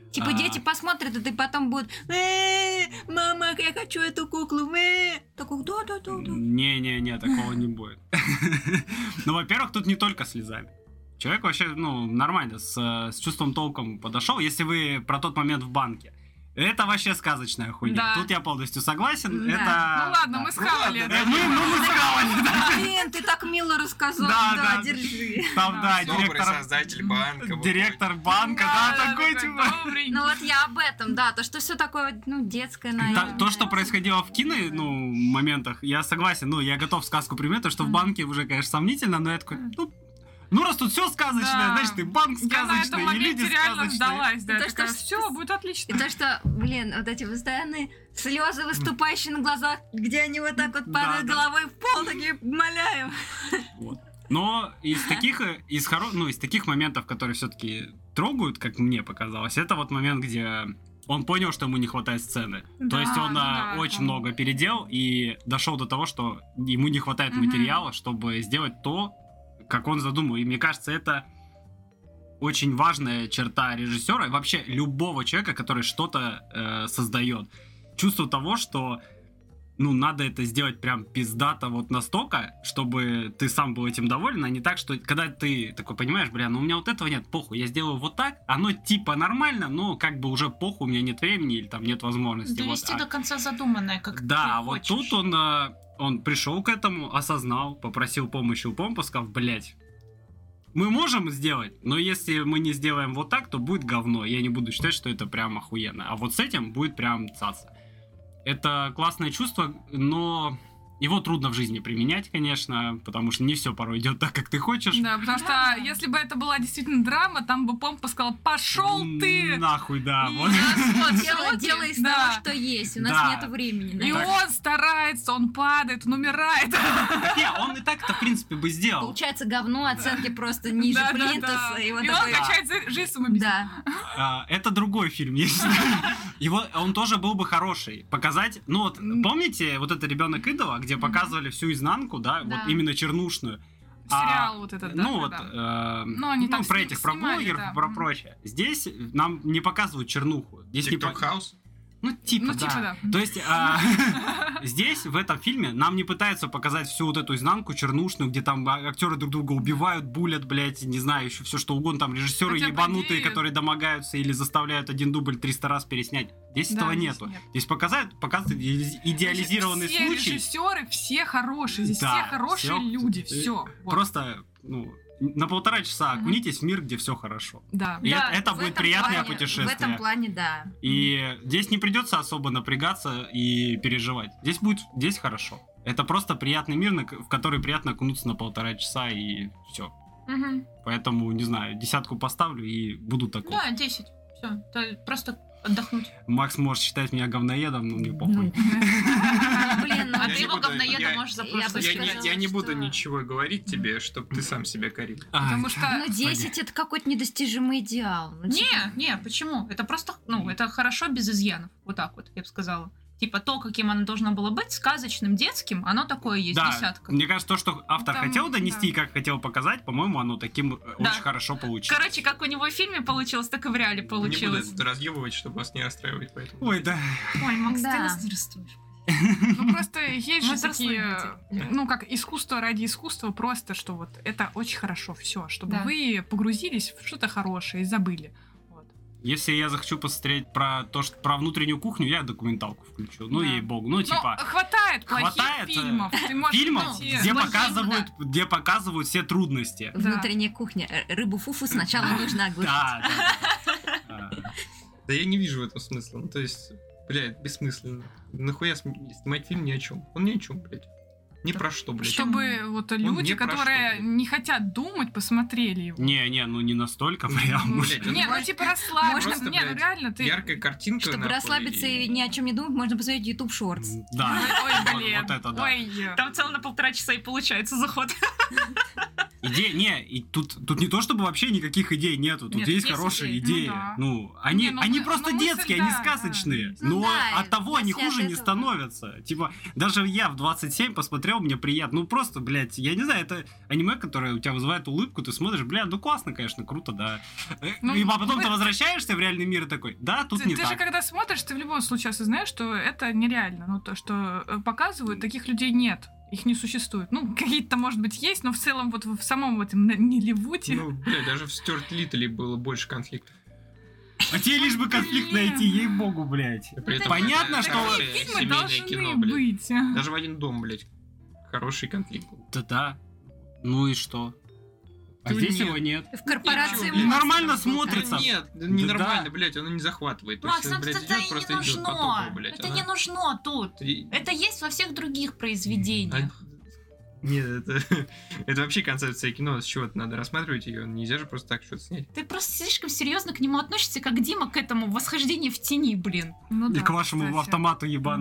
Типа дети посмотрят, и ты потом будут: мама, я хочу эту куклу. Такой: да. Не, такого не будет. Ну, во-первых, тут не только слезами. Человек вообще, нормально, с чувством толком подошел. Если вы про тот момент в банке, это вообще сказочная хуйня. Да. Тут я полностью согласен. Да. Это... Ну ладно, мы схавали. Мы схавали, да. Блин, ты так мило рассказал. Да. Держи. Там, да, Добрый создатель банка. директор банка, да, такой типа... Ну вот я об этом, да, то, что все такое, детское, наверное. То, что происходило в кино, моментах, я согласен, я готов сказку примерить, то, что в банке уже, конечно, сомнительно, но я такой, раз тут все сказочное, Да. значит, и банк Я на этом сказочный, и моменте люди реально сказочные. сдалась, да, Это такая: что- все, будет отлично. И то, что, вот эти постоянные слезы, выступающие на глазах, где они вот так вот Да, падают да. головой в пол, такие: умоляю. Вот. Но из таких моментов, которые все-таки трогают, как мне показалось, это вот момент, где он понял, что ему не хватает сцены. То Да, есть он да, очень там. много переделал и дошел до того, что ему не хватает Мгм. материала, чтобы сделать то, как он задумал. И мне кажется, это очень важная черта режиссера и вообще любого человека, который что-то создает. Чувство того, что надо это сделать прям пиздато вот настолько, чтобы ты сам был этим доволен, а не так, что когда ты такой понимаешь: у меня вот этого нет, похуй, я сделаю вот так, оно типа нормально, но как бы уже похуй, у меня нет времени или там нет возможности. Довести Вот. до конца задуманное, как Да, ты а вот хочешь. тут он пришел к этому, осознал, попросил помощи у Помпа, сказал: мы можем сделать, но если мы не сделаем вот так, то будет говно. Я не буду считать, что это прям охуенно. А вот с этим будет прям цаца. Это классное чувство, но его трудно в жизни применять, конечно, потому что не все порой идет так, как ты хочешь. Да, потому что если бы это была действительно драма, там бы Помпа сказал: пошел ты! Нахуй, да. И Вот. Делай из Да. того, что есть. У нас Да. нет времени. И на это. он старается, он падает, он умирает. Не, он и так-то, в принципе, бы сделал. Получается говно, оценки просто ниже Да. плинтуса. И вот И он такой: качает жизнь самоубийства. да. Это другой фильм, я считаю. Его, он тоже был бы хороший. Показать, помните, вот это «Ребенок идола», где показывали всю изнанку, да, Да. вот именно чернушную. Сериал вот этот, да. да. Про Они так этих, про снимали, блогеров, да. про прочее. Здесь нам не показывают чернуху. Здесь не TikTok House? Типа, Ну, типа, да. То есть здесь, в этом фильме, нам не пытаются показать всю вот эту изнанку чернушную, где там актеры друг друга убивают, булят, блядь, не знаю, еще все что угодно, там режиссеры Хотя, по ебанутые, идее- которые домогаются или заставляют один дубль 300 раз переснять. Здесь Да, этого здесь нету. нет. Здесь показывают идеализированный все случай. режиссеры, все хорошие. Здесь Да, все хорошие всё. люди. Все. Просто, на 1,5 часа окунитесь в мир, где все хорошо. Да. И Да, это В будет этом приятное плане- путешествие. В этом плане, да. И здесь не придется особо напрягаться и переживать. Здесь хорошо. Это просто приятный мир, в который приятно окунуться на 1,5 часа, и все. Мгм. Поэтому, не знаю, 10 поставлю и буду такой. Да, 10. Все. Просто отдохнуть. Макс может считать меня говноедом, но мне похуй. Блин, ну А Я ты не его буду- говноеда я- можешь за я прошлое бы сказать. Я не буду что- ничего говорить тебе, чтобы ты сам себя корил. Потому что... Ну, 10 это какой-то недостижимый идеал. Ну, типа, Не, почему? Это просто, это хорошо без изъянов. Вот так вот, я бы сказала. Типа то, каким оно должно было быть, сказочным, детским, оно такое есть, Да, десятка. мне кажется, то, что автор Там, хотел донести, да. как хотел показать, по-моему, оно таким Да. очень хорошо получилось. Короче, как у него в фильме получилось, так и в реале Не получилось. буду разъебывать, чтобы вас не расстраивать, поэтому. Ой, да. Ой, Макс, Да. ты нас не расстроишь. Ну, просто есть Мы же такие, взрослые как искусство ради искусства, просто, что вот это очень хорошо, все, чтобы Да. вы погрузились в что-то хорошее и забыли. Вот. Если я захочу посмотреть про внутреннюю кухню, я документалку включу. Ну, Да. ей-богу. Ну, типа... Хватает плохих хватает, фильмов. Ты можешь фильмов, найти- где мультфильмы, показывают все трудности. Да. Внутренняя кухня. Рыбу фуфу сначала нужно оглушить. Да. Да я не вижу в этом смысла. Ну, то есть, блядь, бессмысленно. Нахуя снимать фильм ни о чем? Он ни о чем, блядь. Ни про что, блядь. Чтобы вот люди, не про которые что, блядь. не хотят думать, посмотрели его. Не, не настолько прям. Ну, блядь, Не, ну типа расслабься. Просто, Не, ну блядь, реально ты... Яркая картинка. Чтобы нахуй, расслабиться и ни о чем не думать, можно посмотреть YouTube Shorts. Да. Ой, блин. Вот это да. Ой. Там целый на 1,5 часа и получается заход. Идея, не, и тут не то, чтобы вообще никаких идей нету, тут Нет, есть есть хорошие идеи. идеи. Ну да. Они, Не, ну они мы- просто ну мысль, детские, они да, сказочные. да. Ну Но да, от того они если от хуже не этого. становятся. Типа, даже я в 27 посмотрел, мне приятно. Ну просто, блядь, я не знаю, это аниме, которое у тебя вызывает улыбку, ты смотришь, блядь, ну классно, конечно, круто, да. Ну, И потом мы- ты возвращаешься в реальный мир и такой, да, тут не Ты же так. когда смотришь, ты в любом случае осознаешь, что это нереально. Ну, то, что показывают, таких людей нет. Их не существует. Ну, какие-то, может быть, есть, но в целом вот в самом этом Нилливуде... Ну, блядь, даже в Стюарт Литтли было больше конфликтов. А тебе лишь бы конфликт найти, ей-богу, блядь. При этом Понятно, это что- хорошее Фильмы семейное должны кино, блядь. быть. Даже в один дом, блядь. Хороший конфликт был. Да. Ну и что? А Ну, здесь нет. его нет. В корпорации Ничего, блядь. монстров Нормально был смотрится. такой. Нет, ненормально, да. блядь, оно не захватывает. То Макс, есть, нам блядь, это идёт, и просто не идёт по нужно. току, блядь. Это не нужно тут. Это есть во всех других произведениях. Нет, это вообще концепция кино, с чего-то надо рассматривать ее, нельзя же просто так что-то снять. Ты просто слишком серьезно к нему относишься, как Дима к этому восхождению в тени, блин. Ну И да, к вашему кстати. автомату ебаному.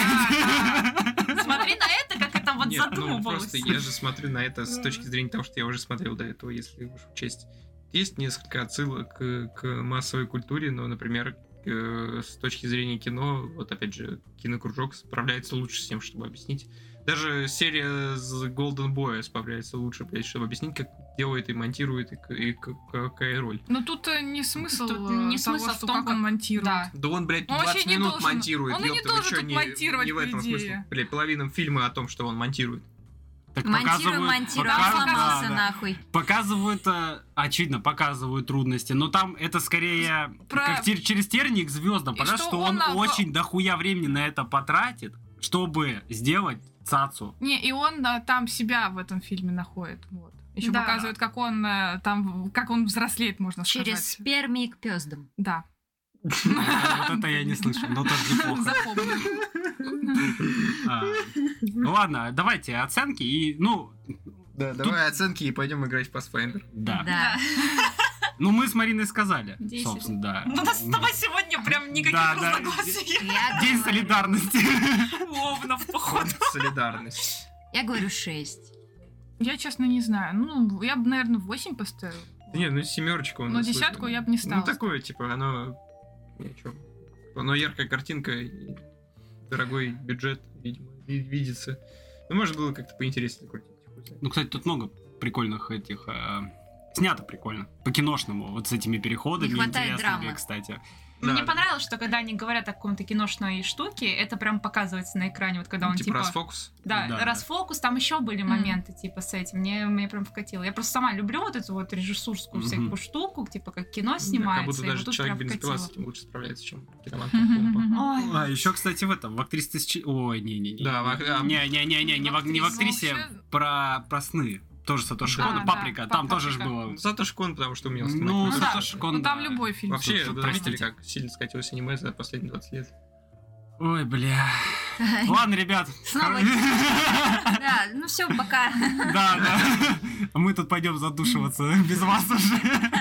Да! Смотри на это, как это вот Нет, ну задумывалось. просто я же смотрю на это с точки зрения того, что я уже смотрел до этого, если уж учесть. Есть несколько отсылок к массовой культуре, но, например, с точки зрения кино, вот опять же, кинокружок справляется лучше с тем, чтобы объяснить. Даже серия с Golden Boy справляется лучше, блядь, чтобы объяснить, как делает и монтирует, и какая роль. Но тут не смысл Тут не того, смысл в что том, как как- он монтирует. Да. Да он, блядь, Он 20 вообще не минут должен- монтирует. он и не ёпта, вы должен чё, тут монтировать, не в этом по идее. смысле. Блядь, половина фильма о том, что он монтирует. Так Монтирую, а сломался да. нахуй. Показывают, очевидно, показывают трудности, но там это скорее Про- как через терник к звездам. И Понятно, что что он он очень дохуя времени на это потратит, чтобы сделать цацу. Не, и он там себя в этом фильме находит. Вот. Еще Да. показывает, как он там, как он взрослеет, можно Через сказать. спермии к пёздам. Да. Вот это я не слышал, но тоже неплохо. Запомнил. Ну ладно, давайте оценки и, ну, Да, давай оценки и пойдем играть в Pathfinder. да. Да. Ну мы с Мариной сказали, 10. собственно, да. У нас с тобой сегодня прям никаких Да, разногласий. Я День говорю- солидарности. Ровно в поход. Солидарность. Я говорю 6. Я, честно, не знаю. Ну, я бы, наверное, 8 поставил. Да нет, ну семерочка у Но нас. десятку выбрана. я бы не стала. Ну такое, типа, оно... Ни о чем. Оно яркая картинка, и дорогой бюджет, видимо, видится. Ну, можно было как-то поинтереснее крутить. хуй знает. Ну, кстати, тут много прикольных этих... снято прикольно. По-киношному. Вот с этими переходами. Не хватает интересными, драмы. кстати. Мне Да. понравилось, что когда они говорят о каком-то киношной штуке, это прям показывается на экране, вот когда он Типа типа... расфокус. Да, Да, расфокус, там еще были моменты, типа, с этим. Мне прям вкатило. Я просто сама люблю вот эту вот режиссурскую Мгм. всякую штуку, типа, как кино Как снимается. будто и даже вот тут человек прям бензопила с вкатило. этим лучше справляется, чем киноман. Ой. А, еще, кстати, в этом, в актрисе тысячи... Ой, не-не-не. Да, Не-не-не, не в актрисе, Вообще- про сны. Тоже Сатоши Кон, Да, Паприка. да, Там тоже ж Паприка. было. Сатоши Кон, потому что умел Ну, снимать. да. Сатоши Кон, Ну, там да. любой фильм. Вообще, Тут, да, видели, простите. как сильно скатилось аниме за последние 20 лет. Ой, бля. Ладно, ребят. Снова Да, ну все, пока. Да, да. Мы тут пойдем задушиваться без вас уже.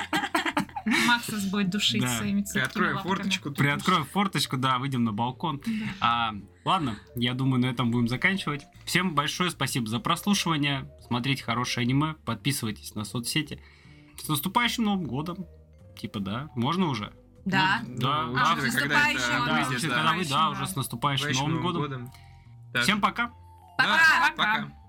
Макс нас будет душить Да. своими цепкими Приоткроем лапками. форточку. Приоткроем форточку, да, выйдем на балкон. Ладно, я думаю, на этом будем заканчивать. Всем большое спасибо за прослушивание. Смотрите хорошее аниме, подписывайтесь на соцсети. С наступающим Новым годом. Типа, да, можно уже? Да. Да, Ну, да, учитывая, с когда это наступающим. Да, выйдет, вообще, да. когда вы, да, да. уже с наступающим Новым годом. Да. Всем пока. Да, Пока. пока.